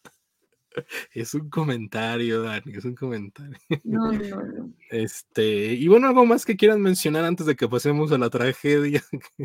Es un comentario, Dani, es un comentario.
No, no, no.
Este, y bueno, algo más que quieran mencionar antes de que pasemos a la tragedia.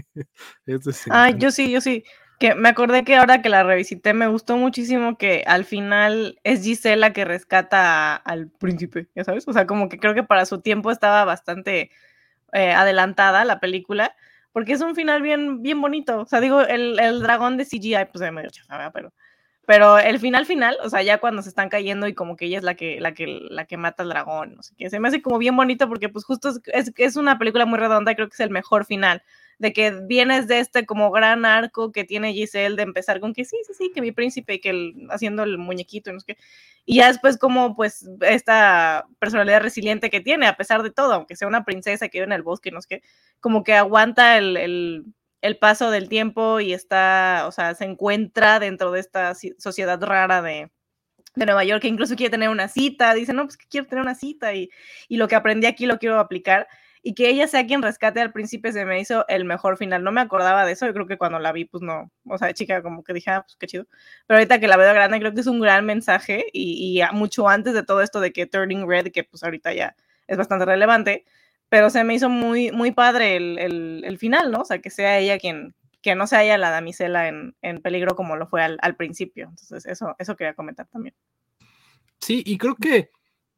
Ah, yo sí, yo sí. Que me acordé que ahora que la revisité me gustó muchísimo que al final es Giselle la que rescata a, al príncipe, ya sabes. O sea, como que creo que para su tiempo estaba bastante eh, adelantada la película, porque es un final bien, bien bonito. O sea, digo, el, el dragón de C G I, pues es medio chafa, pero, pero el final final, o sea, ya cuando se están cayendo y como que ella es la que, la que, la que mata al dragón, no sé qué, se me hace como bien bonito porque pues justo es, es, es una película muy redonda y creo que es el mejor final, de que vienes de este como gran arco que tiene Giselle de empezar con que sí, sí, sí, que mi príncipe y que el, haciendo el muñequito y no sé qué, y ya después como pues esta personalidad resiliente que tiene a pesar de todo, aunque sea una princesa que vive en el bosque, no sé qué, como que aguanta el, el, el paso del tiempo y está, o sea, se encuentra dentro de esta sociedad rara de, de Nueva York, que incluso quiere tener una cita, dice, no, pues que quiero tener una cita y, y lo que aprendí aquí lo quiero aplicar, y que ella sea quien rescate al príncipe se me hizo el mejor final. No me acordaba de eso, yo creo que cuando la vi, pues no, o sea, de chica como que dije, ah, pues qué chido, pero ahorita que la veo grande creo que es un gran mensaje, y, y mucho antes de todo esto de que Turning Red, que pues ahorita ya es bastante relevante, pero se me hizo muy, muy padre el, el, el final, ¿no? O sea, que sea ella quien, que no sea ella la damisela en, en peligro como lo fue al, al principio. Entonces, eso, eso quería comentar también.
Sí, y creo que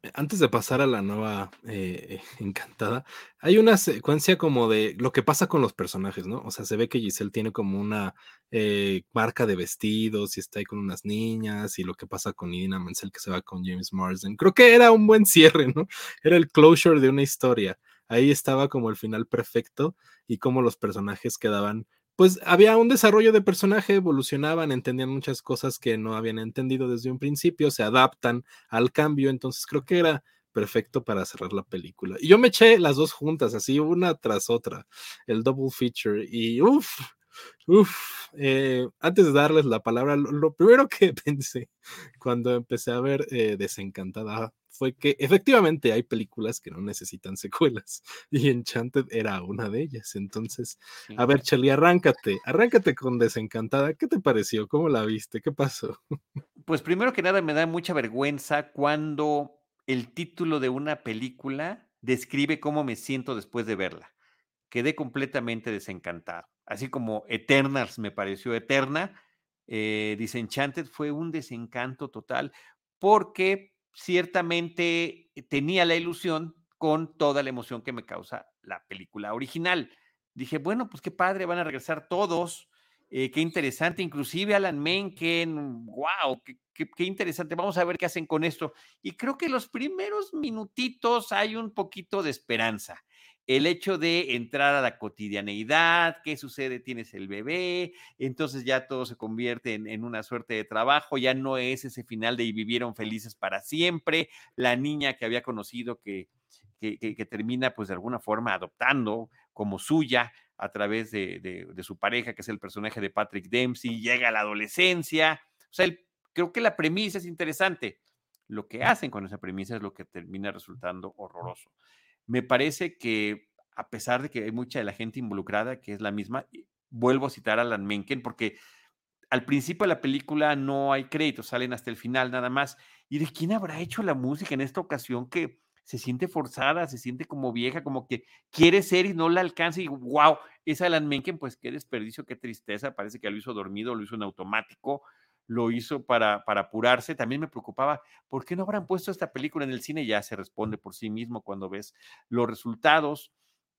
Antes de pasar a la nueva eh, Encantada, hay una secuencia como de lo que pasa con los personajes, ¿no? O sea, se ve que Giselle tiene como una eh, marca de vestidos y está ahí con unas niñas, y lo que pasa con Idina Menzel que se va con James Marsden. Creo que era un buen cierre, ¿no? Era el closure de una historia. Ahí estaba como el final perfecto y cómo los personajes quedaban. Pues había un desarrollo de personaje, evolucionaban, entendían muchas cosas que no habían entendido desde un principio, se adaptan al cambio, entonces creo que era perfecto para cerrar la película. Y yo me eché las dos juntas, así una tras otra, el double feature, y uff, uff, eh, antes de darles la palabra, lo, lo, primero que pensé cuando empecé a ver eh, Desencantada fue que efectivamente hay películas que no necesitan secuelas, y Enchanted era una de ellas. Entonces, sí. A ver, Chely, arráncate, arráncate con Desencantada. ¿Qué te pareció? ¿Cómo la viste? ¿Qué pasó?
Pues primero que nada me da mucha vergüenza cuando el título de una película describe cómo me siento después de verla. Quedé completamente desencantado. Así como Eternals me pareció eterna, eh, Disenchanted fue un desencanto total, porque ciertamente tenía la ilusión con toda la emoción que me causa la película original. Dije, bueno, pues qué padre, van a regresar todos. Eh, qué interesante, inclusive Alan Menken, wow, qué, qué, qué interesante, vamos a ver qué hacen con esto. Y creo que los primeros minutitos hay un poquito de esperanza. El hecho de entrar a la cotidianeidad, ¿qué sucede? Tienes el bebé, entonces ya todo se convierte en, en una suerte de trabajo, ya no es ese final de y vivieron felices para siempre, la niña que había conocido que, que, que, que termina pues de alguna forma adoptando como suya a través de, de, de su pareja, que es el personaje de Patrick Dempsey, llega a la adolescencia, o sea, el, creo que la premisa es interesante, lo que hacen con esa premisa es lo que termina resultando horroroso. Me parece que a pesar de que hay mucha de la gente involucrada, que es la misma, vuelvo a citar a Alan Menken, porque al principio de la película no hay créditos, salen hasta el final nada más. ¿Y de quién habrá hecho la música en esta ocasión que se siente forzada, se siente como vieja, como que quiere ser y no la alcanza? Y wow, es Alan Menken, pues qué desperdicio, qué tristeza, parece que lo hizo dormido, lo hizo en automático, lo hizo para, para apurarse. También me preocupaba, ¿por qué no habrán puesto esta película en el cine? Ya se responde por sí mismo cuando ves los resultados.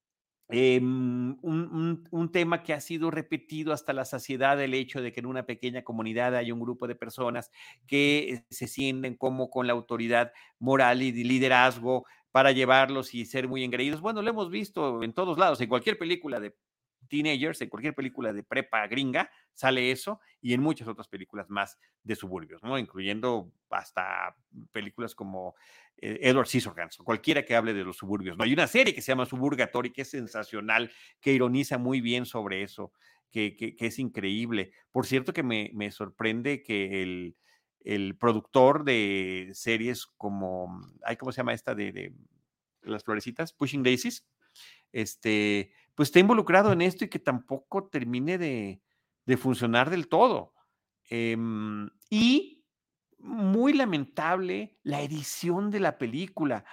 Eh, un, un, un tema que ha sido repetido hasta la saciedad, el hecho de que en una pequeña comunidad hay un grupo de personas que se sienten como con la autoridad moral y de liderazgo para llevarlos y ser muy engreídos. Bueno, lo hemos visto en todos lados, en cualquier película de teenagers, en cualquier película de prepa gringa sale eso, y en muchas otras películas más de suburbios, ¿no? Incluyendo hasta películas como eh, Edward Scissorhands, o cualquiera que hable de los suburbios, ¿no? Hay una serie que se llama Suburgatory, que es sensacional, que ironiza muy bien sobre eso, que, que, que es increíble. Por cierto que me, me sorprende que el, el productor de series como, ay, ¿cómo se llama esta de, de las florecitas? Pushing Daisies, este, pues está involucrado en esto y que tampoco termine de, de funcionar del todo. Eh, y muy lamentable la edición de la película.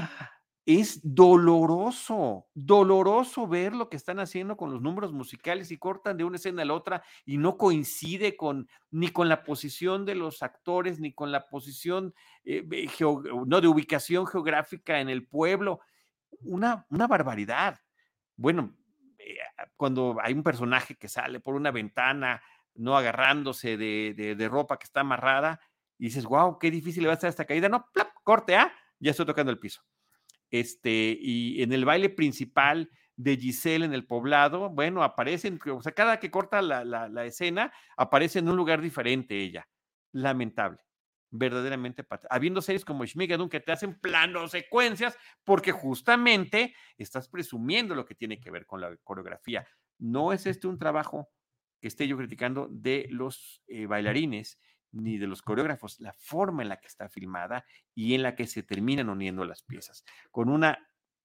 Es doloroso, doloroso ver lo que están haciendo con los números musicales y cortan de una escena a la otra y no coincide con ni con la posición de los actores, ni con la posición eh, geo, no, de ubicación geográfica en el pueblo. Una, una barbaridad. Bueno, eh, cuando hay un personaje que sale por una ventana, no agarrándose de, de, de ropa que está amarrada, y dices, wow, qué difícil le va a estar esta caída. No, plap, corte, ah, ya estoy tocando el piso. Este, y en el baile principal de Giselle en el poblado, bueno, aparecen, o sea, cada que corta la, la, la escena, aparece en un lugar diferente ella. Lamentable. Verdaderamente, habiendo series como Schmigadoon que te hacen planos, secuencias, porque justamente estás presumiendo lo que tiene que ver con la coreografía. No es este un trabajo que esté yo criticando de los eh, bailarines ni de los coreógrafos, la forma en la que está filmada y en la que se terminan uniendo las piezas, con una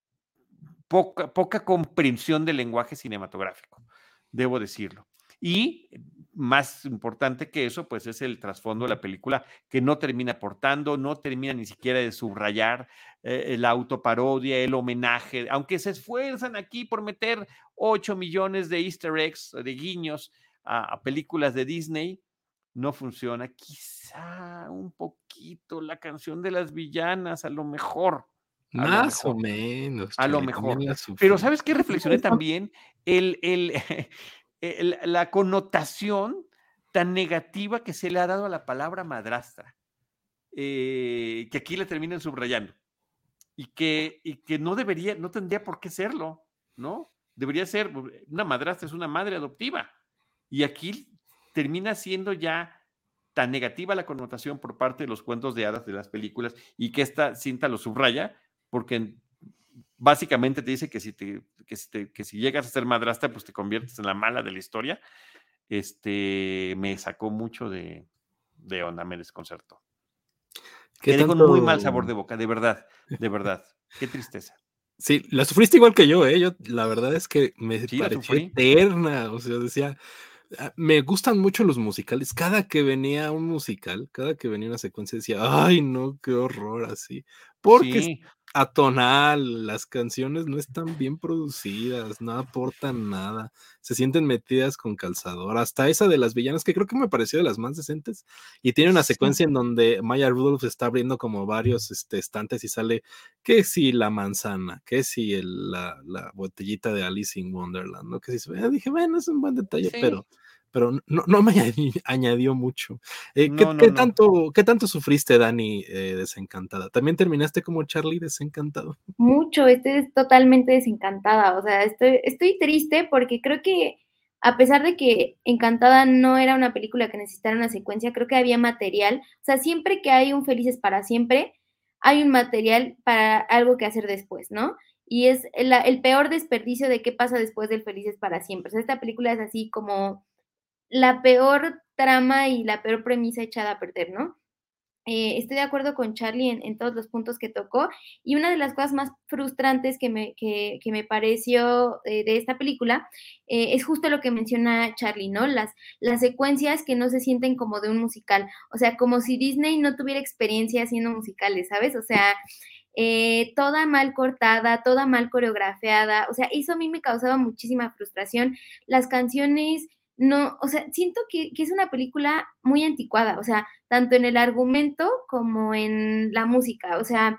poca, poca comprensión del lenguaje cinematográfico, debo decirlo. Y más importante que eso, pues es el trasfondo de la película, que no termina aportando, no termina ni siquiera de subrayar eh, la autoparodia, el homenaje, aunque se esfuerzan aquí por meter ocho millones de easter eggs, de guiños a, a películas de Disney. no funciona. Quizá un poquito la canción de las villanas, a lo mejor. A lo
Más o
mejor.
menos,
A lo
Charlie, también
mejor.
la sufrí.
Pero ¿sabes qué reflexioné también? El, el, el- la connotación tan negativa que se le ha dado a la palabra madrastra, eh, que aquí le terminan subrayando, y que, y que no debería, no tendría por qué serlo, ¿no? Debería ser, una madrastra es una madre adoptiva, y aquí termina siendo ya tan negativa la connotación por parte de los cuentos de hadas de las películas, y que esta cinta lo subraya, porque básicamente te dice que si, te, que, si te, que si llegas a ser madrastra, pues te conviertes en la mala de la historia. Este, me sacó mucho de, de onda, me desconcertó.
¿Qué
Me dejó un
tanto?
muy mal sabor de boca, de verdad, de verdad. Qué tristeza.
Sí, la sufriste igual que yo, ¿eh? Yo, la verdad es que me
Sí, la
pareció
sufrí.
eterna, o sea, decía, ah, me gustan mucho los musicales, cada que venía un musical, cada que venía una secuencia decía, ay, no, qué horror así, porque es
Sí,
atonal, las canciones no están bien producidas, no aportan nada, se sienten metidas con calzador, hasta esa de las villanas, que creo que me pareció de las más decentes, y tiene una
sí.
secuencia en donde Maya Rudolph está abriendo como varios este, estantes y sale que si la manzana, que si el, la, la botellita de Alice in Wonderland, ¿no? Que si, eh, dije, bueno, es un buen detalle,
Sí.
pero, pero no, no me añadí, añadió mucho. Eh, ¿qué,
No, no,
qué
no.
tanto, ¿Qué tanto sufriste, Dani, eh, desencantada? ¿También terminaste como Charlie desencantado?
Mucho, estoy totalmente desencantada, o sea, estoy, estoy triste porque creo que a pesar de que Encantada no era una película que necesitara una secuencia, creo que había material, o sea, siempre que hay un Felices para Siempre, hay un material para algo que hacer después, ¿no? Y es el, el peor desperdicio de qué pasa después del Felices para Siempre. O sea, esta película es así como la peor trama y la peor premisa echada a perder, ¿no? Eh, estoy de acuerdo con Charlie en, en, todos los puntos que tocó, y una de las cosas más frustrantes que me, que, que me pareció eh, de esta película eh, es justo lo que menciona Charlie, ¿no? Las, las secuencias que no se sienten como de un musical, o sea, como si Disney no tuviera experiencia haciendo musicales, ¿sabes? O sea, eh, toda mal cortada, toda mal coreografiada, o sea, eso a mí me causaba muchísima frustración. Las canciones, no, o sea, siento que, que es una película muy anticuada, o sea, tanto en el argumento como en la música, o sea,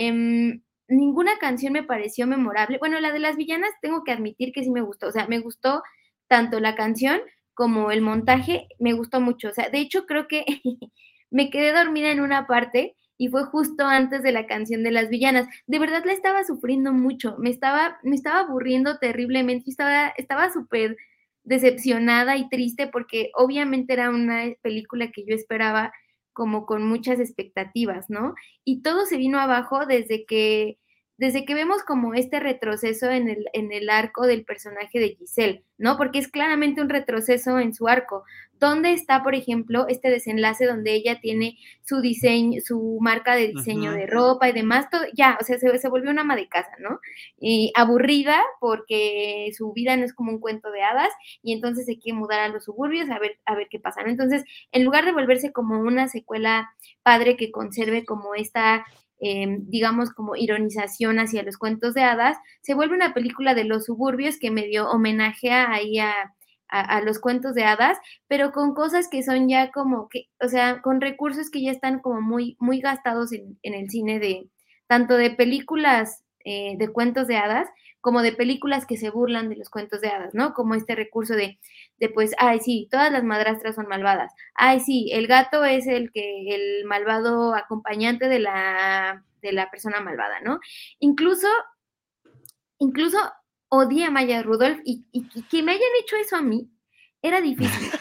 eh, ninguna canción me pareció memorable. Bueno, la de las villanas tengo que admitir que sí me gustó, o sea, me gustó tanto la canción como el montaje, me gustó mucho, o sea, de hecho creo que me quedé dormida en una parte y fue justo antes de la canción de las villanas. De verdad la estaba sufriendo mucho, me estaba, me estaba aburriendo terriblemente, estaba, estaba súper decepcionada y triste porque obviamente era una película que yo esperaba como con muchas expectativas, ¿no? Y todo se vino abajo desde que, desde que vemos como este retroceso en el, en el arco del personaje de Giselle, ¿no? Porque es claramente un retroceso en su arco. ¿Dónde está, por ejemplo, este desenlace donde ella tiene su diseño, su marca de diseño uh-huh. de ropa y demás? Todo, ya, o sea, se, se volvió una ama de casa, ¿no? Y aburrida porque su vida no es como un cuento de hadas y entonces se quiere mudar a los suburbios a ver, a ver qué pasa, ¿no? Entonces, en lugar de volverse como una secuela padre que conserve como esta, eh, digamos, como ironización hacia los cuentos de hadas, se vuelve una película de los suburbios que medio homenajea ahí a, a, a los cuentos de hadas, pero con cosas que son ya como que, o sea, con recursos que ya están como muy, muy gastados en, en el cine de, tanto de películas eh, de cuentos de hadas, como de películas que se burlan de los cuentos de hadas, ¿no? Como este recurso de, de pues, ay, sí, todas las madrastras son malvadas. Ay, sí, el gato es el que, el malvado acompañante de la, de la persona malvada, ¿no? Incluso, incluso odié a Maya Rudolph y, y, y que me hayan hecho eso a mí era difícil.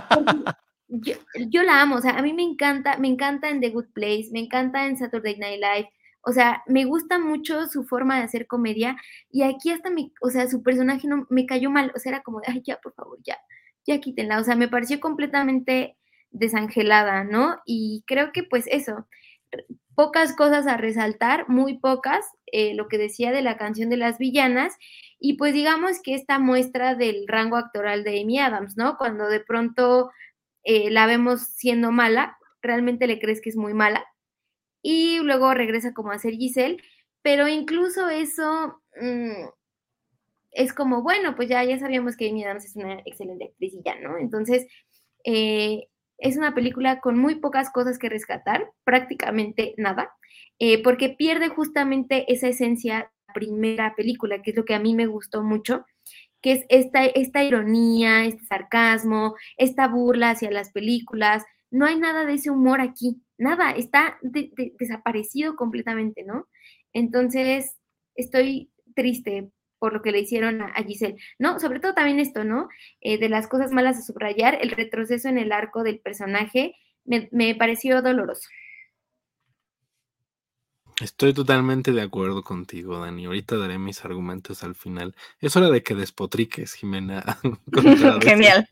Yo, yo la amo, o sea, a mí me encanta, me encanta en The Good Place, me encanta en Saturday Night Live. O sea, me gusta mucho su forma de hacer comedia y aquí hasta mi, o sea, su personaje no me cayó mal, o sea, era como de, ay, ya, por favor, ya, ya quítenla, o sea, me pareció completamente desangelada, ¿no? Y creo que pues eso, pocas cosas a resaltar, muy pocas, eh, lo que decía de la canción de las villanas, y pues digamos que esta muestra del rango actoral de Amy Adams, ¿no? Cuando de pronto eh, la vemos siendo mala, realmente le crees que es muy mala, y luego regresa como a ser Giselle, pero incluso eso mmm, es como, bueno, pues ya, ya sabíamos que Amy Adams es una excelente actriz y ya, ¿no? Entonces, eh, es una película con muy pocas cosas que rescatar, prácticamente nada, eh, porque pierde justamente esa esencia de la primera película, que es lo que a mí me gustó mucho, que es esta, esta ironía, este sarcasmo, esta burla hacia las películas. No hay nada de ese humor aquí, nada, está de, de, desaparecido completamente, ¿no? Entonces, estoy triste por lo que le hicieron a, a Giselle, ¿no? Sobre todo también esto, ¿no? Eh, de las cosas malas a subrayar, el retroceso en el arco del personaje me, me pareció doloroso.
Estoy totalmente de acuerdo contigo, Dani. Ahorita daré mis argumentos al final. Es hora de que despotriques, Jimena.
Genial.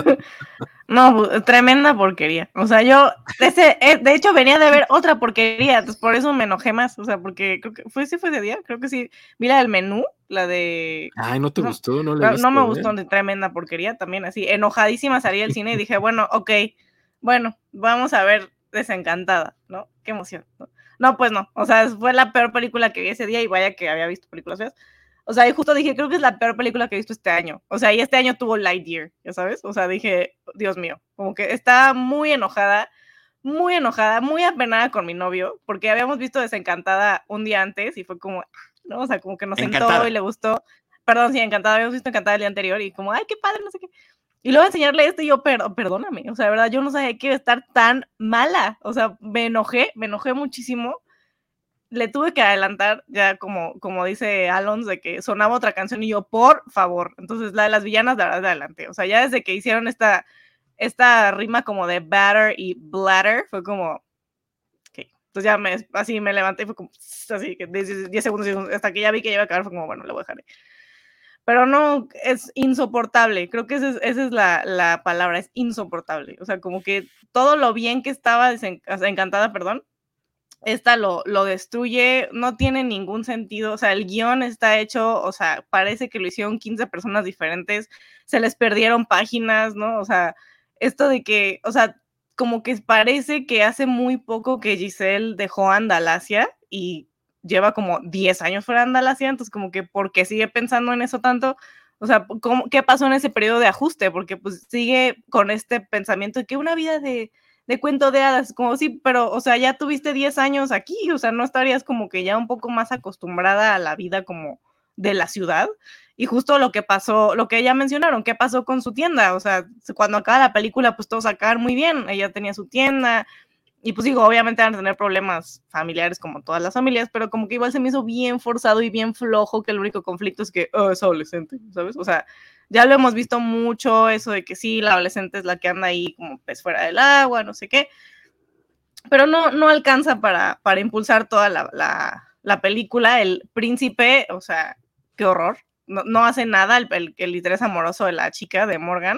No, tremenda porquería. O sea, yo, ese, de hecho, venía de ver otra porquería, entonces por eso me enojé más. O sea, porque creo que fue, sí fue ese día, creo que sí. Vi la del menú, la de.
Ay, ¿no te
no,
gustó? No,
no,
visto,
no me
¿eh?
gustó, de tremenda porquería también, así. Enojadísima salí del cine y dije, bueno, ok, bueno, vamos a ver Desencantada, ¿no? Qué emoción, ¿no? No, pues no, o sea, fue la peor película que vi ese día y vaya que había visto películas feas. O sea, y justo dije, creo que es la peor película que he visto este año. O sea, y este año tuvo Lightyear, ¿ya sabes? O sea, dije, Dios mío, como que estaba muy enojada, muy enojada, muy apenada con mi novio, porque habíamos visto Desencantada un día antes y fue como, ¿no? O sea, como que nos
Encantada.
sentó y le gustó. Perdón, sí, Encantada, habíamos visto Encantada el día anterior y como, ay, qué padre, no sé qué. Y luego enseñarle esto y yo, per perdóname, o sea, de verdad, yo no sabía que iba a estar tan mala. O sea, me enojé, me enojé muchísimo. Le tuve que adelantar, ya como, como dice Alons, de que sonaba otra canción y yo, por favor. Entonces, la de las villanas, la verdad, adelanté. O sea, ya desde que hicieron esta, esta rima como de batter y bladder, fue como, ok. Entonces ya me, así me levanté y fue como, así que diez segundos, hasta que ya vi que iba a acabar, fue como, bueno, le voy a dejar. Pero no, es insoportable. Creo que esa es, esa es la, la palabra, es insoportable. O sea, como que todo lo bien que estaba Encantada, perdón, esta lo, lo destruye, no tiene ningún sentido. O sea, el guión está hecho, o sea, parece que lo hicieron quince personas diferentes, se les perdieron páginas, ¿no? O sea, esto de que, o sea, como que parece que hace muy poco que Giselle dejó Andalasia y lleva como diez años fuera de Andalasia, entonces como que ¿por qué sigue pensando en eso tanto? O sea, ¿cómo, ¿qué pasó en ese periodo de ajuste? Porque pues sigue con este pensamiento de que una vida de, de cuento de hadas, como sí, pero, o sea, ya tuviste diez años aquí, o sea, ¿no estarías como que ya un poco más acostumbrada a la vida como de la ciudad? Y justo lo que pasó, lo que ya mencionaron, ¿qué pasó con su tienda? O sea, cuando acaba la película, pues todos acaban muy bien, ella tenía su tienda, y pues digo, obviamente van a tener problemas familiares como todas las familias, pero como que igual se me hizo bien forzado y bien flojo que el único conflicto es que oh, es adolescente, ¿sabes? O sea, ya lo hemos visto mucho, eso de que sí, la adolescente es la que anda ahí como pez fuera del agua, no sé qué, pero no, no alcanza para, para impulsar toda la, la, la película. El príncipe, o sea, qué horror, no, no hace nada el, el, el interés amoroso de la chica, de Morgan,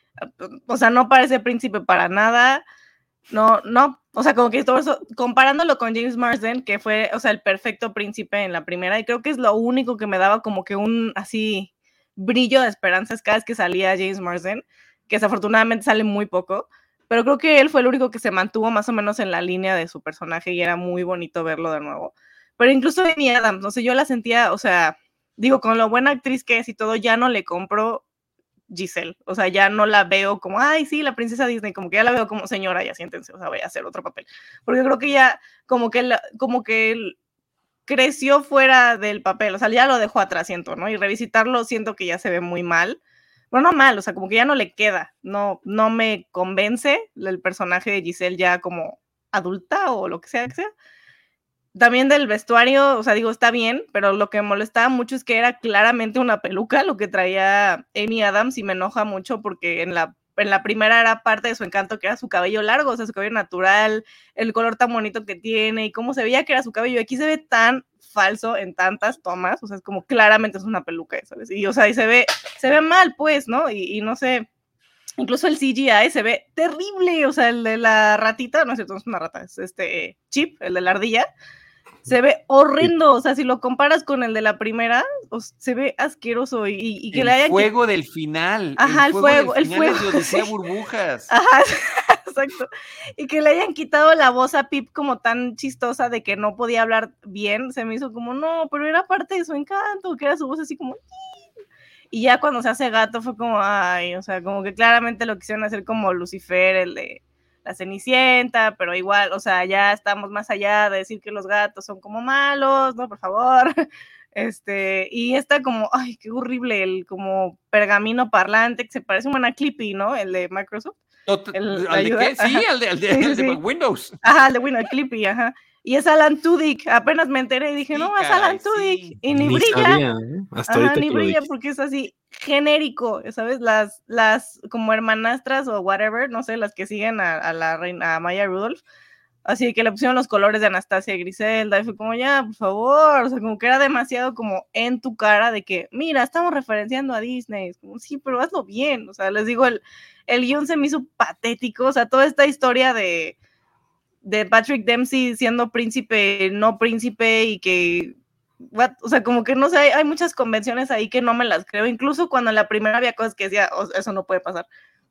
o sea, no parece príncipe para nada. No, no, o sea, como que todo eso, comparándolo con James Marsden, que fue, o sea, el perfecto príncipe en la primera, y creo que es lo único que me daba como que un, así, brillo de esperanzas cada vez que salía James Marsden, que desafortunadamente sale muy poco, pero creo que él fue el único que se mantuvo más o menos en la línea de su personaje y era muy bonito verlo de nuevo. Pero incluso Amy Adams, no sé, yo la sentía, o sea, digo, con lo buena actriz que es y todo, ya no le compro Giselle, o sea, ya no la veo como, ay, sí, la princesa Disney, como que ya la veo como señora, ya siéntense, o sea, voy a hacer otro papel, porque creo que ya como que, la, como que creció fuera del papel, o sea, ya lo dejó atrás, siento, ¿no? Y revisitarlo siento que ya se ve muy mal, bueno, no mal, o sea, como que ya no le queda, no, no me convence el personaje de Giselle ya como adulta o lo que sea que sea. También del vestuario, o sea, digo, está bien, pero lo que me molestaba mucho es que era claramente una peluca lo que traía Amy Adams y me enoja mucho porque en la, en la primera era parte de su encanto que era su cabello largo, o sea, su cabello natural, el color tan bonito que tiene y cómo se veía que era su cabello. Aquí se ve tan falso en tantas tomas, o sea, es como claramente es una peluca, ¿sabes? Y, o sea, y se ve, se ve mal, pues, ¿no? Y, y no sé, incluso el C G I se ve terrible, o sea, el de la ratita, no es cierto, no es una rata, es este Chip, el de la ardilla, se ve horrendo, o sea, si lo comparas con el de la primera, o sea, se ve asqueroso y, y que
el
le haya
fuego quit... del final,
ajá, el fuego,
el
fuego,
fuego,
el
el fuego,
sí.
burbujas.
Ajá, exacto, y que le hayan quitado la voz a Pip como tan chistosa de que no podía hablar bien, se me hizo como, no, pero era parte de su encanto, que era su voz así como... Y ya cuando se hace gato fue como, ay, o sea, como que claramente lo quisieron hacer como Lucifer, el de la Cenicienta, pero igual, o sea, ya estamos más allá de decir que los gatos son como malos, ¿no? Por favor. Este, y está como, ay, qué horrible, el como pergamino parlante que se parece un a Clippy, ¿no? El de Microsoft.
El, ¿Al de qué? Sí, al de, al de, sí, al de sí. Windows.
Ajá, el de Windows, Clippy, ajá. Y es Alan Tudyk, apenas me enteré y dije, sí, no, es Alan Tudyk, sí. Y ni, ni brilla, sabía, ¿eh? Hasta ajá, ni brilla porque es así genérico, ¿sabes? Las, las como hermanastras o whatever, no sé, las que siguen a, a la reina, a Maya Rudolph, así que le pusieron los colores de Anastasia y Griselda, y fue como, ya, por favor, o sea, como que era demasiado como en tu cara de que, mira, estamos referenciando a Disney, es como, sí, pero hazlo bien, o sea, les digo, el, el guión se me hizo patético, o sea, toda esta historia de de Patrick Dempsey siendo príncipe, no príncipe, y que, what? O sea, como que no sé, hay, hay muchas convenciones ahí que no me las creo, incluso cuando en la primera había cosas que decía, oh, eso no puede pasar.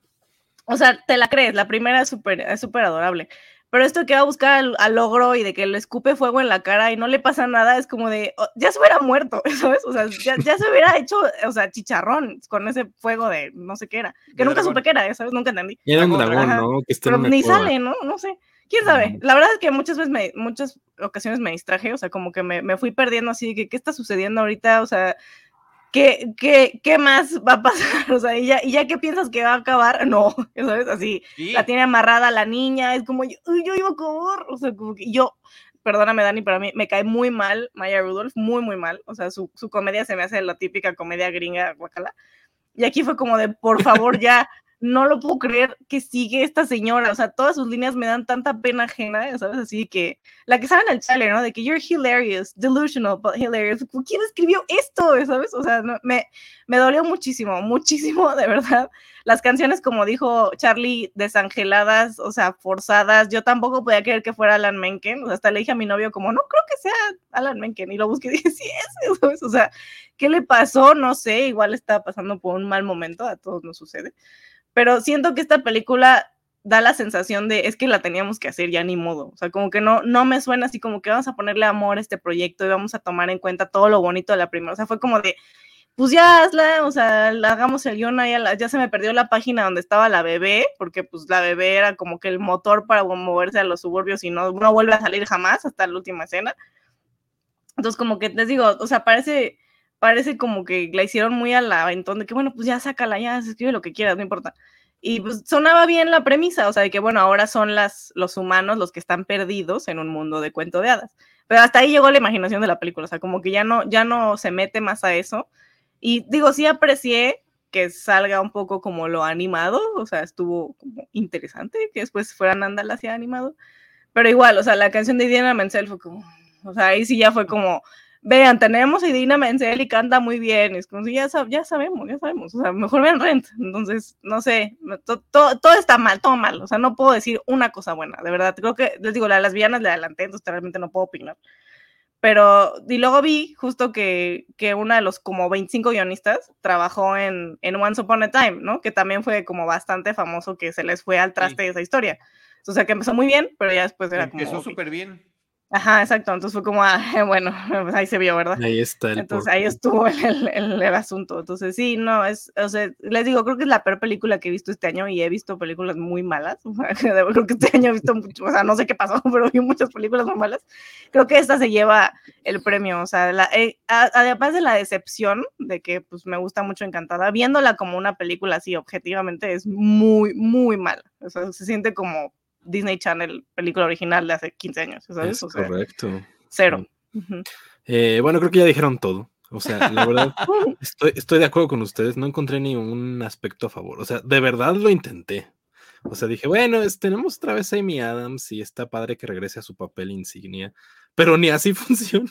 O sea, te la crees, la primera es súper es súper adorable, pero esto que va a buscar al, al ogro y de que le escupe fuego en la cara y no le pasa nada, es como de, oh, ya se hubiera muerto, ¿sabes? O sea, ya, ya se hubiera hecho, o sea, chicharrón con ese fuego de no sé qué era, que nunca dragón. Supe qué era, ¿sabes? Nunca entendí.
Era un dragón, ajá, ¿no? Que
pero ni cueva. Sale, ¿no? No sé. ¿Quién sabe? La verdad es que muchas veces, me, muchas ocasiones me distraje, o sea, como que me, me fui perdiendo así, que qué está sucediendo ahorita, o sea, ¿qué, qué, qué más va a pasar? O sea, y ya, y ya que piensas que va a acabar, no, ¿sabes? Así, sí. La tiene amarrada la niña, es como, yo, yo iba a acabar, o sea, como que yo, perdóname Dani, pero a mí me cae muy mal Maya Rudolph, muy, muy mal, o sea, su, su comedia se me hace la típica comedia gringa, guacala, y aquí fue como de, por favor, ya, no lo puedo creer que sigue esta señora, o sea, todas sus líneas me dan tanta pena ajena, ¿sabes? Así que, la que sale en el trailer, ¿no? De que you're hilarious, delusional, but hilarious. ¿Quién escribió esto? ¿Sabes? O sea, no, me, me dolió muchísimo, muchísimo, de verdad. Las canciones, como dijo Charlie, desangeladas, o sea, forzadas. Yo tampoco podía creer que fuera Alan Menken, o sea, hasta le dije a mi novio como, no creo que sea Alan Menken, y lo busqué y dije, sí es, ¿sabes? O sea, ¿qué le pasó? No sé, igual está pasando por un mal momento, a todos nos sucede. Pero siento que esta película da la sensación de, es que la teníamos que hacer, ya ni modo, o sea, como que no, no me suena así como que vamos a ponerle amor a este proyecto y vamos a tomar en cuenta todo lo bonito de la primera, o sea, fue como de, pues ya hazla, o sea, hagamos el guión, ya, ya se me perdió la página donde estaba la bebé, porque pues la bebé era como que el motor para moverse a los suburbios y no, no vuelve a salir jamás hasta la última escena, entonces como que les digo, o sea, parece... parece como que la hicieron muy al aventón de que, bueno, pues ya sácala, ya se escribe lo que quieras, no importa. Y pues sonaba bien la premisa, o sea, de que, bueno, ahora son las, los humanos los que están perdidos en un mundo de cuento de hadas. Pero hasta ahí llegó la imaginación de la película, o sea, como que ya no, ya no se mete más a eso. Y digo, sí aprecié que salga un poco como lo animado, o sea, estuvo como interesante que después fueran a andar hacia animado. Pero igual, o sea, la canción de Idina Menzel fue como, o sea, ahí sí ya fue como... Vean, tenemos a Idina Menzel y canta muy bien, es como si ya, sab- ya sabemos, ya sabemos, o sea, mejor vean Rent, entonces, no sé, to- to- todo está mal, todo mal, o sea, no puedo decir una cosa buena, de verdad, creo que, les digo, la de las villanas le adelanté, entonces realmente no puedo opinar, pero, y luego vi justo que, que una de los como veinticinco guionistas trabajó en, en Once Upon a Time, ¿no? Que también fue como bastante famoso que se les fue al traste sí. esa historia, o sea, que empezó muy bien, pero ya después era
empezó
como...
Empezó súper bien.
Ajá, exacto, entonces fue como, ah, bueno, pues ahí se vio, ¿verdad?
Ahí está el
Entonces ahí estuvo el, el, el asunto, entonces sí, no, es, o sea, les digo, creo que es la peor película que he visto este año y he visto películas muy malas, o sea, creo que este año he visto mucho, o sea, no sé qué pasó, pero vi muchas películas muy malas, creo que esta se lleva el premio, o sea, la, eh, además de la decepción de que pues me gusta mucho Encantada, viéndola como una película así, objetivamente, es muy, muy mala, o sea, se siente como Disney Channel, película original de hace quince años, ¿sabes?
Es
o sea,
correcto.
Cero.
Sí. Uh-huh. Eh, bueno, creo que ya dijeron todo. O sea, la verdad, estoy, estoy de acuerdo con ustedes. No encontré ni un aspecto a favor. O sea, de verdad lo intenté. O sea, dije, bueno, es, tenemos otra vez a Amy Adams y está padre que regrese a su papel insignia, pero ni así funciona.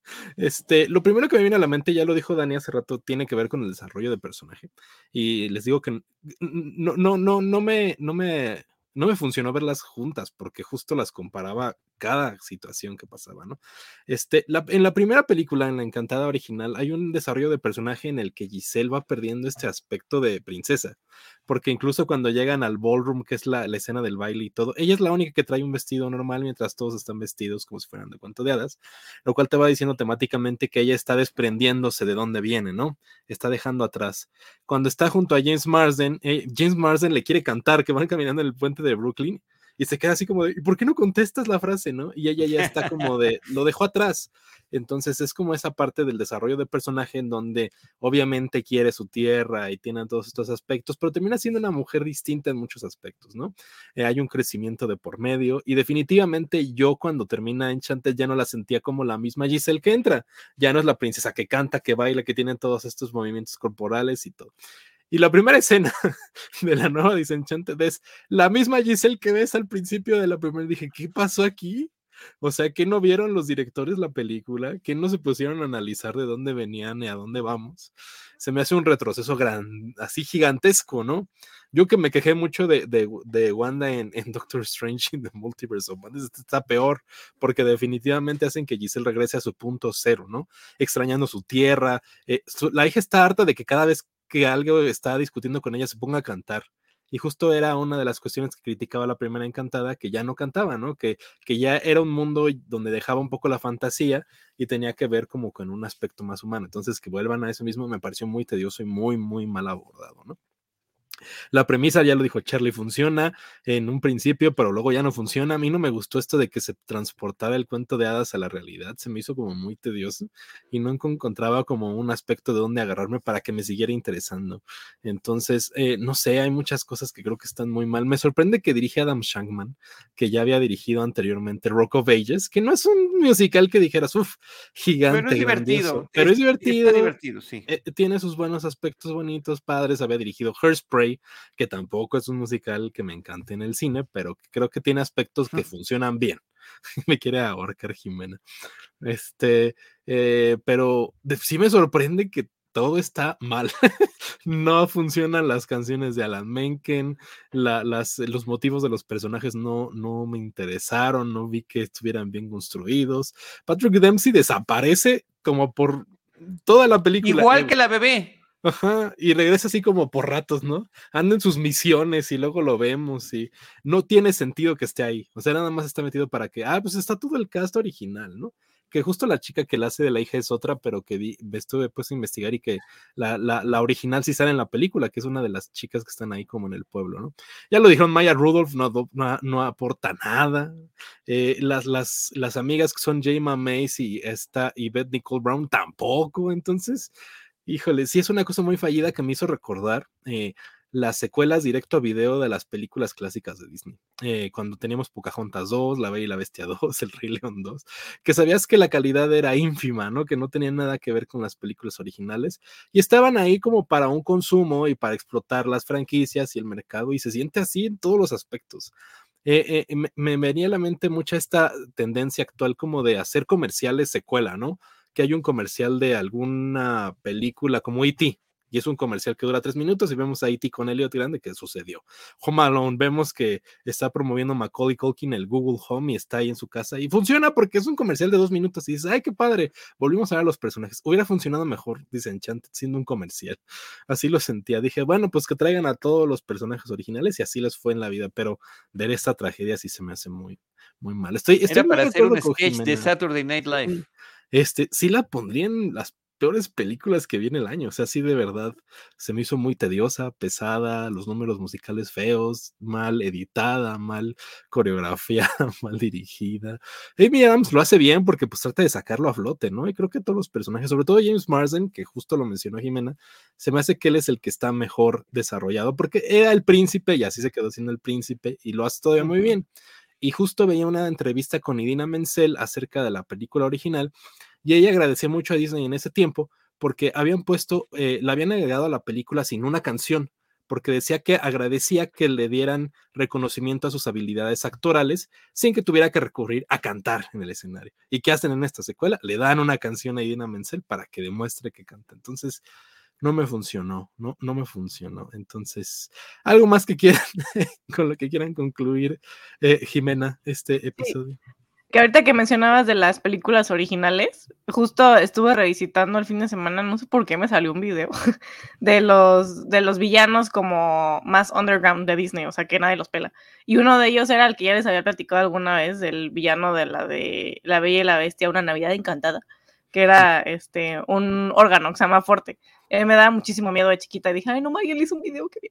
Este, lo primero que me viene a la mente, ya lo dijo Dani hace rato, tiene que ver con el desarrollo de personaje. Y les digo que no, no, no, no me, no me, no me funcionó verlas juntas porque justo las comparaba cada situación que pasaba, ¿no? Este, la, en la primera película, en la Encantada original, hay un desarrollo de personaje en el que Giselle va perdiendo este aspecto de princesa, porque incluso cuando llegan al ballroom, que es la, la escena del baile y todo, ella es la única que trae un vestido normal mientras todos están vestidos como si fueran de cuento de hadas, lo cual te va diciendo temáticamente que ella está desprendiéndose de dónde viene, ¿no? Está dejando atrás. Cuando está junto a James Marsden, eh, James Marsden le quiere cantar, que van caminando en el puente de Brooklyn, y se queda así como de, ¿y por qué no contestas la frase, no? Y ella ya está como de, lo dejó atrás. Entonces es como esa parte del desarrollo de personaje en donde obviamente quiere su tierra y tiene todos estos aspectos, pero termina siendo una mujer distinta en muchos aspectos, ¿no? Eh, hay un crecimiento de por medio y definitivamente yo cuando termina Enchanted ya no la sentía como la misma Giselle que entra, ya no es la princesa que canta, que baila, que tiene todos estos movimientos corporales y todo. Y la primera escena de la nueva Disenchanted es la misma Giselle que ves al principio de la primera. Dije, ¿qué pasó aquí? O sea, ¿qué no vieron los directores la película? ¿Qué no se pusieron a analizar de dónde venían y a dónde vamos? Se me hace un retroceso gran, así gigantesco, ¿no? Yo que me quejé mucho de, de, de Wanda en, en Doctor Strange in the Multiverse of Madness, está peor, porque definitivamente hacen que Giselle regrese a su punto cero, ¿no? Extrañando su tierra. Eh, su, la hija está harta de que cada vez que algo está discutiendo con ella se ponga a cantar. Y justo era una de las cuestiones que criticaba la primera Encantada, que ya no cantaba, ¿no? Que, que ya era un mundo donde dejaba un poco la fantasía y tenía que ver como con un aspecto más humano. Entonces, que vuelvan a eso mismo me pareció muy tedioso y muy, muy mal abordado, ¿no? La premisa, ya lo dijo Charlie, funciona en un principio, pero luego ya no funciona. A mí no me gustó esto de que se transportara el cuento de hadas a la realidad. Se me hizo como muy tedioso y no encontraba como un aspecto de dónde agarrarme para que me siguiera interesando. Entonces, eh, no sé, hay muchas cosas que creo que están muy mal. Me sorprende que dirige Adam Shankman, que ya había dirigido anteriormente Rock of Ages, que no es un musical que dijeras, uff, gigante,
pero es
grandioso,
divertido.
pero
es,
es divertido.
Está divertido, sí.
Eh, tiene sus buenos aspectos bonitos, padres. Había dirigido Hairspray, que tampoco es un musical que me encante en el cine, pero creo que tiene aspectos que funcionan bien. Me quiere ahorcar Jimena. Este, eh, pero de, sí me sorprende que todo está mal. No funcionan las canciones de Alan Menken, la, las, los motivos de los personajes no, no me interesaron, no vi que estuvieran bien construidos. Patrick Dempsey desaparece como por toda la película.
Igual que la bebé.
Ajá, y regresa así como por ratos, ¿no? Anda en sus misiones y luego lo vemos y no tiene sentido que esté ahí. O sea, nada más está metido para que, ah, pues está todo el cast original, ¿no? Que justo la chica que la hace de la hija es otra, pero que vi, estuve pues a investigar y que la, la, la original sí sale en la película, que es una de las chicas que están ahí como en el pueblo, ¿no? Ya lo dijeron, Maya Rudolph no, no, no aporta nada. Eh, las, las, las amigas que son Jayma Mace y esta y Beth Nicole Brown tampoco, entonces... Híjole, sí es una cosa muy fallida que me hizo recordar eh, las secuelas directo a video de las películas clásicas de Disney. Eh, cuando teníamos Pocahontas dos, La Bella y la Bestia dos, El Rey León dos, que sabías que la calidad era ínfima, ¿no? Que no tenían nada que ver con las películas originales y estaban ahí como para un consumo y para explotar las franquicias y el mercado y se siente así en todos los aspectos. Eh, eh, me, me venía a la mente mucha esta tendencia actual como de hacer comerciales secuela, ¿no? Que hay un comercial de alguna película como E T y es un comercial que dura tres minutos y vemos a E T con Elliot Grande, que sucedió. Home Alone, vemos que está promoviendo Macaulay Culkin el Google Home y está ahí en su casa y funciona porque es un comercial de dos minutos y dices, ay, qué padre, volvimos a ver a los personajes. Hubiera funcionado mejor, dice Enchanted, siendo un comercial. Así lo sentía. Dije, bueno, pues que traigan a todos los personajes originales y así les fue en la vida, pero ver esta tragedia sí se me hace muy, muy mal. Estoy, estoy
Era para hacer un sketch
Jimena.
de Saturday Night Live.
Este, sí la pondría en las peores películas que viene el año, o sea, sí de verdad se me hizo muy tediosa, pesada, los números musicales feos, mal editada, mal coreografiada, mal dirigida. Amy Adams lo hace bien porque pues trata de sacarlo a flote, ¿no? Y creo que todos los personajes, sobre todo James Marsden, que justo lo mencionó Jimena, se me hace que él es el que está mejor desarrollado porque era el príncipe y así se quedó siendo el príncipe y lo hace todavía muy bien. Y justo veía una entrevista con Idina Menzel acerca de la película original y ella agradecía mucho a Disney en ese tiempo porque habían puesto, eh, la habían agregado a la película sin una canción, porque decía que agradecía que le dieran reconocimiento a sus habilidades actorales sin que tuviera que recurrir a cantar en el escenario. ¿Y qué hacen en esta secuela? Le dan una canción a Idina Menzel para que demuestre que canta. Entonces, no me funcionó, no, no me funcionó. Entonces, algo más que quieran, con lo que quieran concluir, eh, Jimena, este episodio.
Sí. Que ahorita que mencionabas de las películas originales, justo estuve revisitando el fin de semana, no sé por qué me salió un video de los, de los villanos como más underground de Disney, o sea que nadie los pela. Y uno de ellos era el que ya les había platicado alguna vez, del villano de la de La Bella y la Bestia, Una Navidad Encantada, que era este un órgano que se llama Forte. Eh, me daba muchísimo miedo de chiquita y dije, ay no, Maggie le hizo un video, qué bien.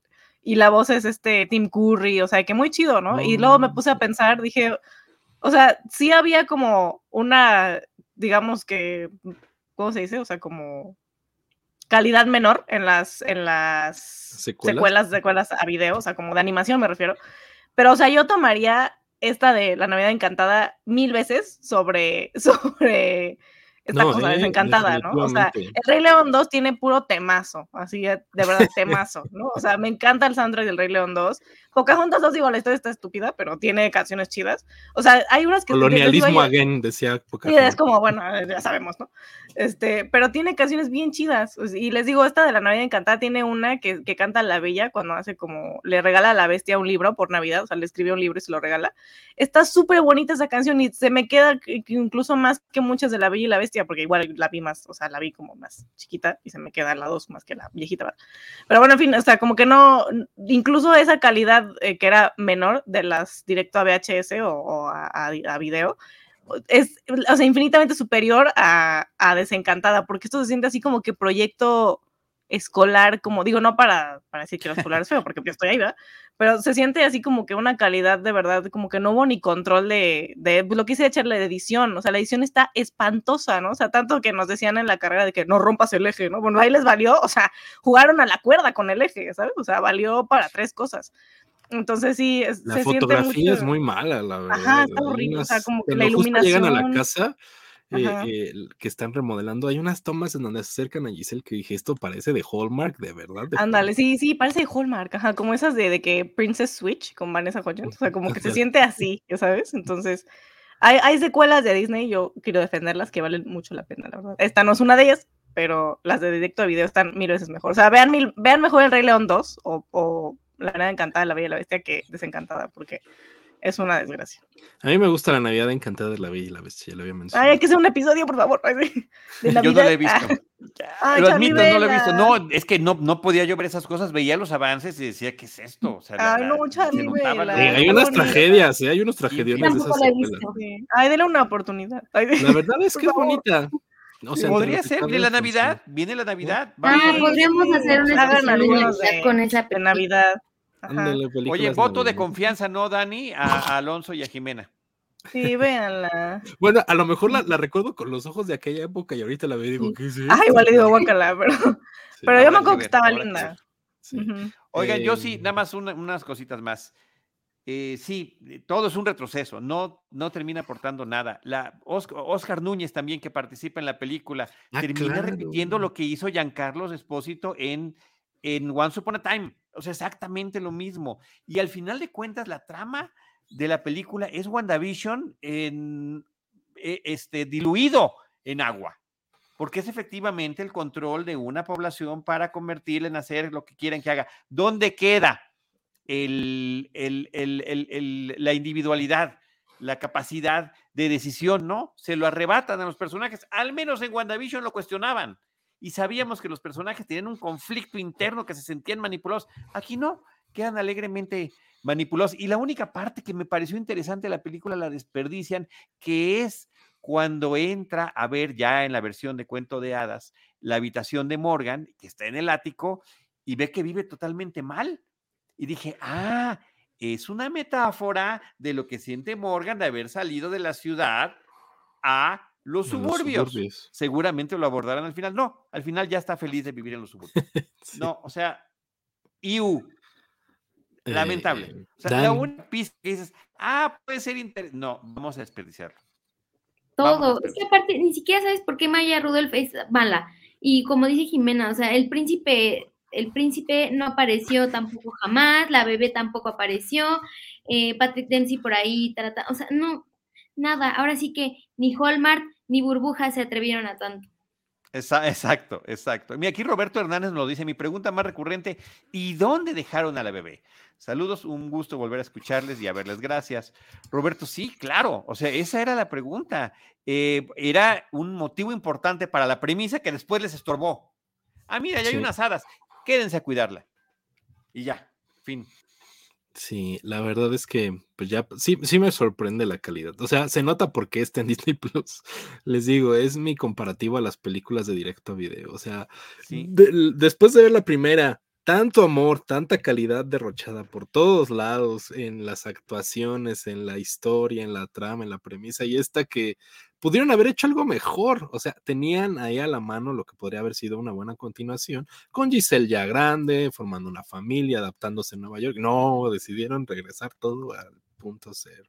y la voz es este Tim Curry, o sea, que muy chido, ¿no? Y luego me puse a pensar, dije, o sea, sí había como una, digamos que, ¿cómo se dice? O sea, como calidad menor en las, en las
¿Secuelas?
secuelas, secuelas a video, o sea, como de animación me refiero. Pero, o sea, yo tomaría esta de La Navidad Encantada mil veces sobre, sobre esta
No,
cosa
eh,
desencantada, ¿no? O sea,
definitivamente.
El Rey León dos tiene puro temazo, así de verdad, temazo, ¿no? O sea, me encanta el soundtrack del Rey León dos. Pocahontas dos, digo, la historia está estúpida, pero tiene canciones chidas. O sea, hay unas que...
Colonialismo
que digo,
again, decía
sí,
Pocahontas.
es como, bueno, ya sabemos, ¿no? Este, pero tiene canciones bien chidas. Y les digo, esta de La Navidad Encantada tiene una que, que canta La Bella cuando hace como, le regala a la bestia un libro por Navidad, o sea, le escribe un libro y se lo regala. Está súper bonita esa canción y se me queda incluso más que muchas de La Bella y la Bestia, porque igual la vi más, o sea, la vi como más chiquita y se me queda la dos más que la viejita, ¿verdad? Pero bueno, en fin, o sea, como que no, incluso esa calidad eh, que era menor de las directo a V H S o, o a, a, a video, es, o sea, infinitamente superior a, a Desencantada, porque esto se siente así como que proyecto escolar, como digo, no para, para decir que lo escolar es feo, porque yo estoy ahí, ¿verdad? Pero se siente así como que una calidad de verdad, como que no hubo ni control de, de lo que hice de echarle de edición, o sea, la edición está espantosa, ¿no? O sea, tanto que nos decían en la carrera de que no rompas el eje, ¿no? Bueno, ahí les valió, o sea, jugaron a la cuerda con el eje, ¿sabes? O sea, valió para tres cosas. Entonces sí, es,
La
se
fotografía
siente mucho...
es muy mala, la verdad.
Ajá, está
Hay
horrible, o sea,
unas,
como que la
cuando justo llegan a la
iluminación...
casa eh,
Ajá.
eh, que están remodelando, hay unas tomas en donde se acercan a Giselle que dije, esto parece de Hallmark, de verdad. De
Ándale,
Hallmark.
sí, sí, parece de Hallmark, ajá, como esas de, de que Princess Switch con Vanessa Hudgens, o sea, como que se
Ándale.
siente así, ya sabes, entonces hay, hay secuelas de Disney, yo quiero defenderlas, que valen mucho la pena, la verdad. Esta no es una de ellas, pero las de directo a video están mil veces mejor, o sea, vean, mil, vean mejor El Rey León dos o, o La Navidad Encantada, La Bella y la Bestia que Desencantada, porque es una desgracia.
A mí me gusta La Navidad Encantada de La Bella y la Bestia, ya lo había
Ay,
mencionado.
hay que hacer un episodio, por favor, de Navidad.
Yo no lo he visto.
Ay,
Lo admito,
Charlie,
no lo he visto.
vela.
No, es que no, no podía yo ver esas cosas. Veía los avances y decía, ¿qué es esto? O sea, la-
Ay,
la-
no,
se
Charlie,
notaba lo-
vela.
Eh, hay
Qué
unas
bonita.
tragedias, eh, hay unos tragediones de
Tampoco
esas
la he
secuelas.
visto.
Sí. Ay, dele una oportunidad. Ay, de-
La verdad es
por
que es
favor.
bonita. O sea, entre
Podría
lo que
ser
cabe,
de la
funciona.
Navidad. Viene la Navidad. Vamos
Ah,
a ver.
podríamos
Sí,
hacer una
hagan
especial de
algunos
Navidad
de,
con esa
de
película.
Navidad. Ajá.
Ándale, películas
Oye, voto de
navideñas.
confianza, ¿no, Dani? A, a Alonso y a Jimena.
Sí, véanla.
Bueno, a lo mejor la, la recuerdo con los ojos de aquella época y ahorita la veo y digo,
Sí.
¿qué es
Ah,
esto?
igual le digo guacala, pero,
Sí,
pero yo
Habrá
me
que
acuerdo que
ver,
estaba
habrá que
linda.
ver.
sí.
Ujú.
Oigan, yo sí,
Eh,
nada más una- unas cositas más. Eh, sí, eh, todo es un retroceso, no, no termina aportando nada. La Oscar, Oscar Núñez también, que participa en la película,
Ah,
termina
claro.
repitiendo lo que hizo Giancarlo Espósito en, en Once Upon a Time. O sea, exactamente lo mismo. Y al final de cuentas, la trama de la película es WandaVision en, eh, este, diluido en agua. Porque es efectivamente el control de una población para convertirla en hacer lo que quieren que haga. ¿Dónde queda el, el, el, el, el, la individualidad, la capacidad de decisión? No, se lo arrebatan a los personajes. Al menos en WandaVision lo cuestionaban y sabíamos que los personajes tenían un conflicto interno, que se sentían manipulados. Aquí no, quedan alegremente manipulados. Y la única parte que me pareció interesante de la película la desperdician, que es cuando entra a ver ya en la versión de Cuento de Hadas la habitación de Morgan, que está en el ático, y ve que vive totalmente mal. Y dije, ah, es una metáfora de lo que siente Morgan de haber salido de la ciudad a los
a
suburbios.
Los suburbios.
Seguramente lo abordarán al final. No, al final ya está feliz de vivir en los suburbios.
Sí.
No, o sea, iu, lamentable.
Eh,
O sea,
Dan,
la única pista que dices, ah, puede ser interesante. No, vamos a desperdiciarlo.
Todo. Es que aparte, ni siquiera sabes por qué Maya Rudolph es mala. Y como dice Jimena, o sea, el príncipe, el príncipe no apareció tampoco jamás, la bebé tampoco apareció, eh, Patrick Dempsey por ahí trata, o sea, no, nada. Ahora sí que ni Hallmark ni Burbuja se atrevieron a tanto.
Esa, exacto, exacto. Mira, aquí Roberto Hernández nos lo dice, mi pregunta más recurrente, ¿y dónde dejaron a la bebé? Saludos, un gusto volver a escucharles y a verles, gracias. Roberto, sí, claro, o sea, esa era la pregunta. Eh, era un motivo importante para la premisa que después les estorbó. Ah, mira, ya
Sí.
hay unas hadas, quédense a cuidarla. Y ya, fin.
Sí, la verdad es que pues ya sí, sí me sorprende la calidad. O sea, se nota porque está en Disney Plus. Les digo, es mi comparativo a las películas de directo a video. O sea,
Sí.
de- después de ver la primera tanto amor, tanta calidad derrochada por todos lados, en las actuaciones, en la historia, en la trama, en la premisa, y esta que pudieron haber hecho algo mejor, o sea, tenían ahí a la mano lo que podría haber sido una buena continuación, con Giselle ya grande, formando una familia, adaptándose a Nueva York. No, decidieron regresar todo al punto cero.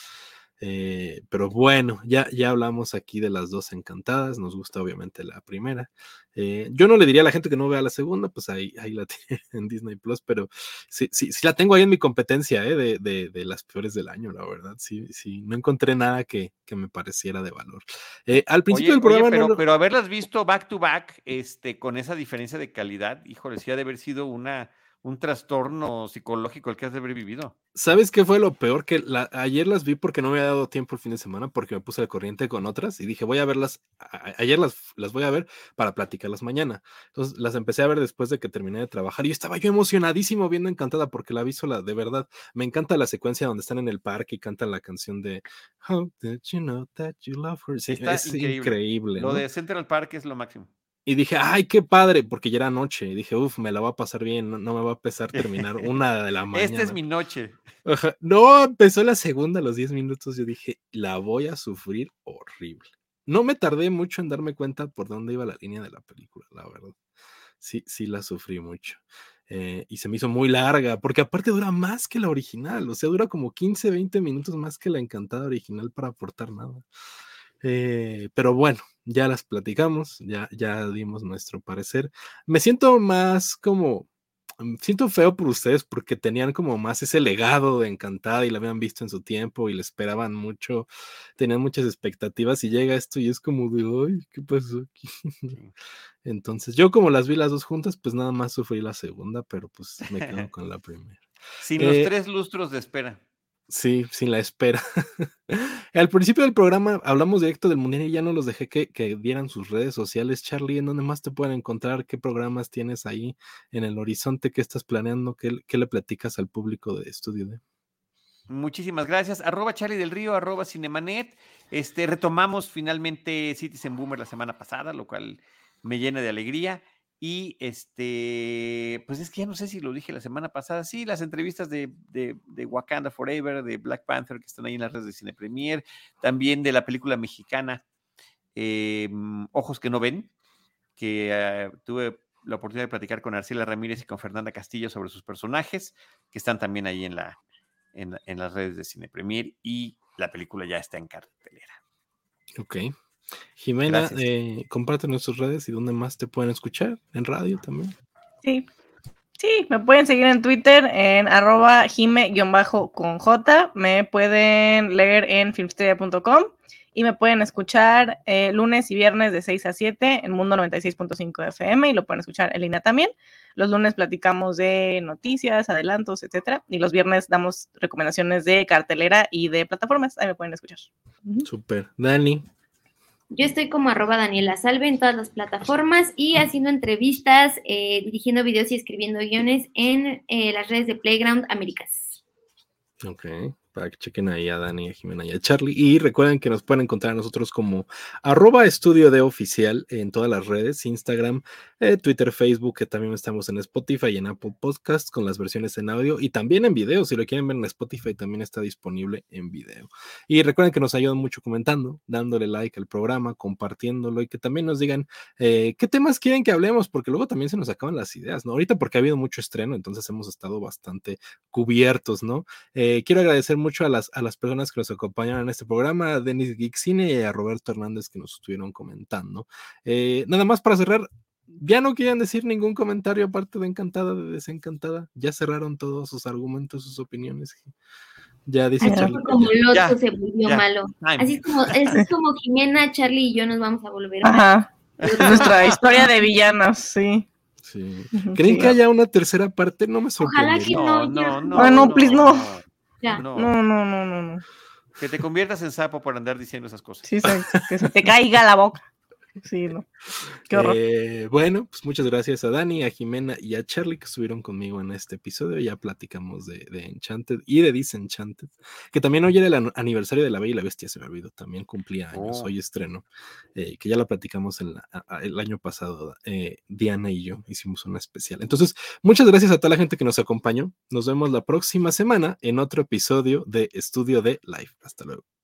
Eh, pero bueno, ya, ya hablamos aquí de las dos Encantadas, nos gusta obviamente la primera. Eh, yo no le diría a la gente que no vea la segunda, pues ahí, ahí la tiene en Disney Plus, pero sí, sí, sí la tengo ahí en mi competencia, eh, de, de, de las peores del año, la verdad. Sí, sí, no encontré nada que, que me pareciera de valor. Eh, al principio
Oye,
del programa.
oye, pero,
no lo...
pero haberlas visto back to back, este, con esa diferencia de calidad, híjole, sí ha de haber sido una, un trastorno psicológico el que has de haber vivido.
¿Sabes qué fue lo peor? Que la, ayer las vi porque no me había dado tiempo el fin de semana, porque me puse al corriente con otras y dije, voy a verlas, a, ayer las, las voy a ver para platicarlas mañana. Entonces las empecé a ver después de que terminé de trabajar y estaba yo emocionadísimo viendo Encantada porque la vi sola, de verdad. Me encanta la secuencia donde están en el parque y cantan la canción de How did you know that you love her? Sí,
Está
es
increíble.
increíble,
Lo
¿no?
de Central Park es lo máximo.
Y dije, ay, qué padre, porque ya era noche. Y dije, uff, me la va a pasar bien, no, no me va a pesar terminar una de la mañana.
Esta es mi noche.
Ajá. No, empezó la segunda a los diez minutos. Yo dije, la voy a sufrir horrible. No me tardé mucho en darme cuenta por dónde iba la línea de la película, la verdad. Sí, sí la sufrí mucho. Eh, y se me hizo muy larga, porque aparte dura más que la original. O sea, dura como quince, veinte minutos más que la Encantada original para aportar nada. Eh, pero bueno, ya las platicamos, ya, ya dimos nuestro parecer. Me siento más como, siento feo por ustedes porque tenían como más ese legado de Encantada y la habían visto en su tiempo y le esperaban mucho, tenían muchas expectativas y llega esto y es como de, ay, ¿qué pasó aquí? Sí. Entonces yo como las vi las dos juntas, pues nada más sufrí la segunda, pero pues me quedo con la primera.
Sin
eh,
los tres lustros de espera.
Sí, sin la espera. Al principio del programa hablamos directo del Mundial y ya no los dejé que, que dieran sus redes sociales. Charlie, ¿en dónde más te pueden encontrar? ¿Qué programas tienes ahí en el horizonte? ¿Qué estás planeando? ¿Qué, qué le platicas al público de Estudio D?
Muchísimas gracias. Arroba Charlie del Río, arroba Cinemanet. Este, retomamos finalmente Citizen Boomer la semana pasada, lo cual me llena de alegría. Y este, pues es que ya no sé si lo dije la semana pasada. Sí, las entrevistas de, de, de Wakanda Forever, de Black Panther, que están ahí en las redes de Cine Premier, también de la película mexicana eh, Ojos que no ven, que uh, tuve la oportunidad de platicar con Arcela Ramírez y con Fernanda Castillo sobre sus personajes, que están también ahí en, la, en, en las redes de Cine Premier, y la película ya está en cartelera.
Ok. Jimena, eh, comparte nuestras redes y dónde más te pueden escuchar, en radio también.
Sí, sí, me pueden seguir en Twitter en arroba jime-con J, me pueden leer en filmsteria punto com y me pueden escuchar eh, lunes y viernes de seis a siete en Mundo noventa y seis punto cinco F M y lo pueden escuchar en línea también. Los lunes platicamos de noticias, adelantos, etcétera, y los viernes damos recomendaciones de cartelera y de plataformas, ahí me pueden escuchar. Uh-huh.
Súper. Dani.
Yo estoy como arroba Daniela Salve en todas las plataformas y haciendo entrevistas, eh, dirigiendo videos y escribiendo guiones en eh, las redes de Playground Américas.
Ok, para que chequen ahí a Dani, a Jimena y a Charlie. Y recuerden que nos pueden encontrar a nosotros como arroba estudio de oficial en todas las redes, Instagram, eh, Twitter, Facebook, que también estamos en Spotify y en Apple Podcasts con las versiones en audio y también en video. Si lo quieren ver en Spotify, también está disponible en video. Y recuerden que nos ayudan mucho comentando, dándole like al programa, compartiéndolo y que también nos digan eh, qué temas quieren que hablemos, porque luego también se nos acaban las ideas, ¿no? Ahorita porque ha habido mucho estreno, entonces hemos estado bastante cubiertos, ¿no? Eh, quiero agradecer mucho a las, a las personas que nos acompañaron en este programa, a Denis Geek Cine y a Roberto Hernández que nos estuvieron comentando. Eh, nada más para cerrar, ya no quieran decir ningún comentario aparte de Encantada, de Desencantada, ya cerraron todos sus argumentos, sus opiniones. Ya dice
Así
Charlie.
como el otro
ya,
se volvió
ya.
malo.
Ay,
Así es como, es como Jimena, Charlie y yo nos vamos a volver
Ajá. Nuestra historia de villanos, sí.
Sí. ¿Creen
sí,
que haya una tercera parte? No me sorprende.
Ojalá que
no,
no,
no,
ya.
no.
Ah, no, please, no.
Ya.
No.
No, no, no, no, no.
Que te conviertas en sapo por andar diciendo esas cosas.
Sí, exacto. Que se te caiga la boca. Sí, no. Qué horror.
Eh, bueno, pues muchas gracias a Dani, a Jimena y a Charlie que estuvieron conmigo en este episodio. Ya platicamos de, de Enchanted y de Disenchanted, que también hoy era el an- aniversario de La Bella y la Bestia, se me olvidó, también cumplía años,
Oh.
hoy estreno, eh, que ya la platicamos en la- a- a- el año pasado, eh, Diana y yo hicimos una especial. Entonces, muchas gracias a toda la gente que nos acompañó. Nos vemos la próxima semana en otro episodio de Estudio de Live. Hasta luego.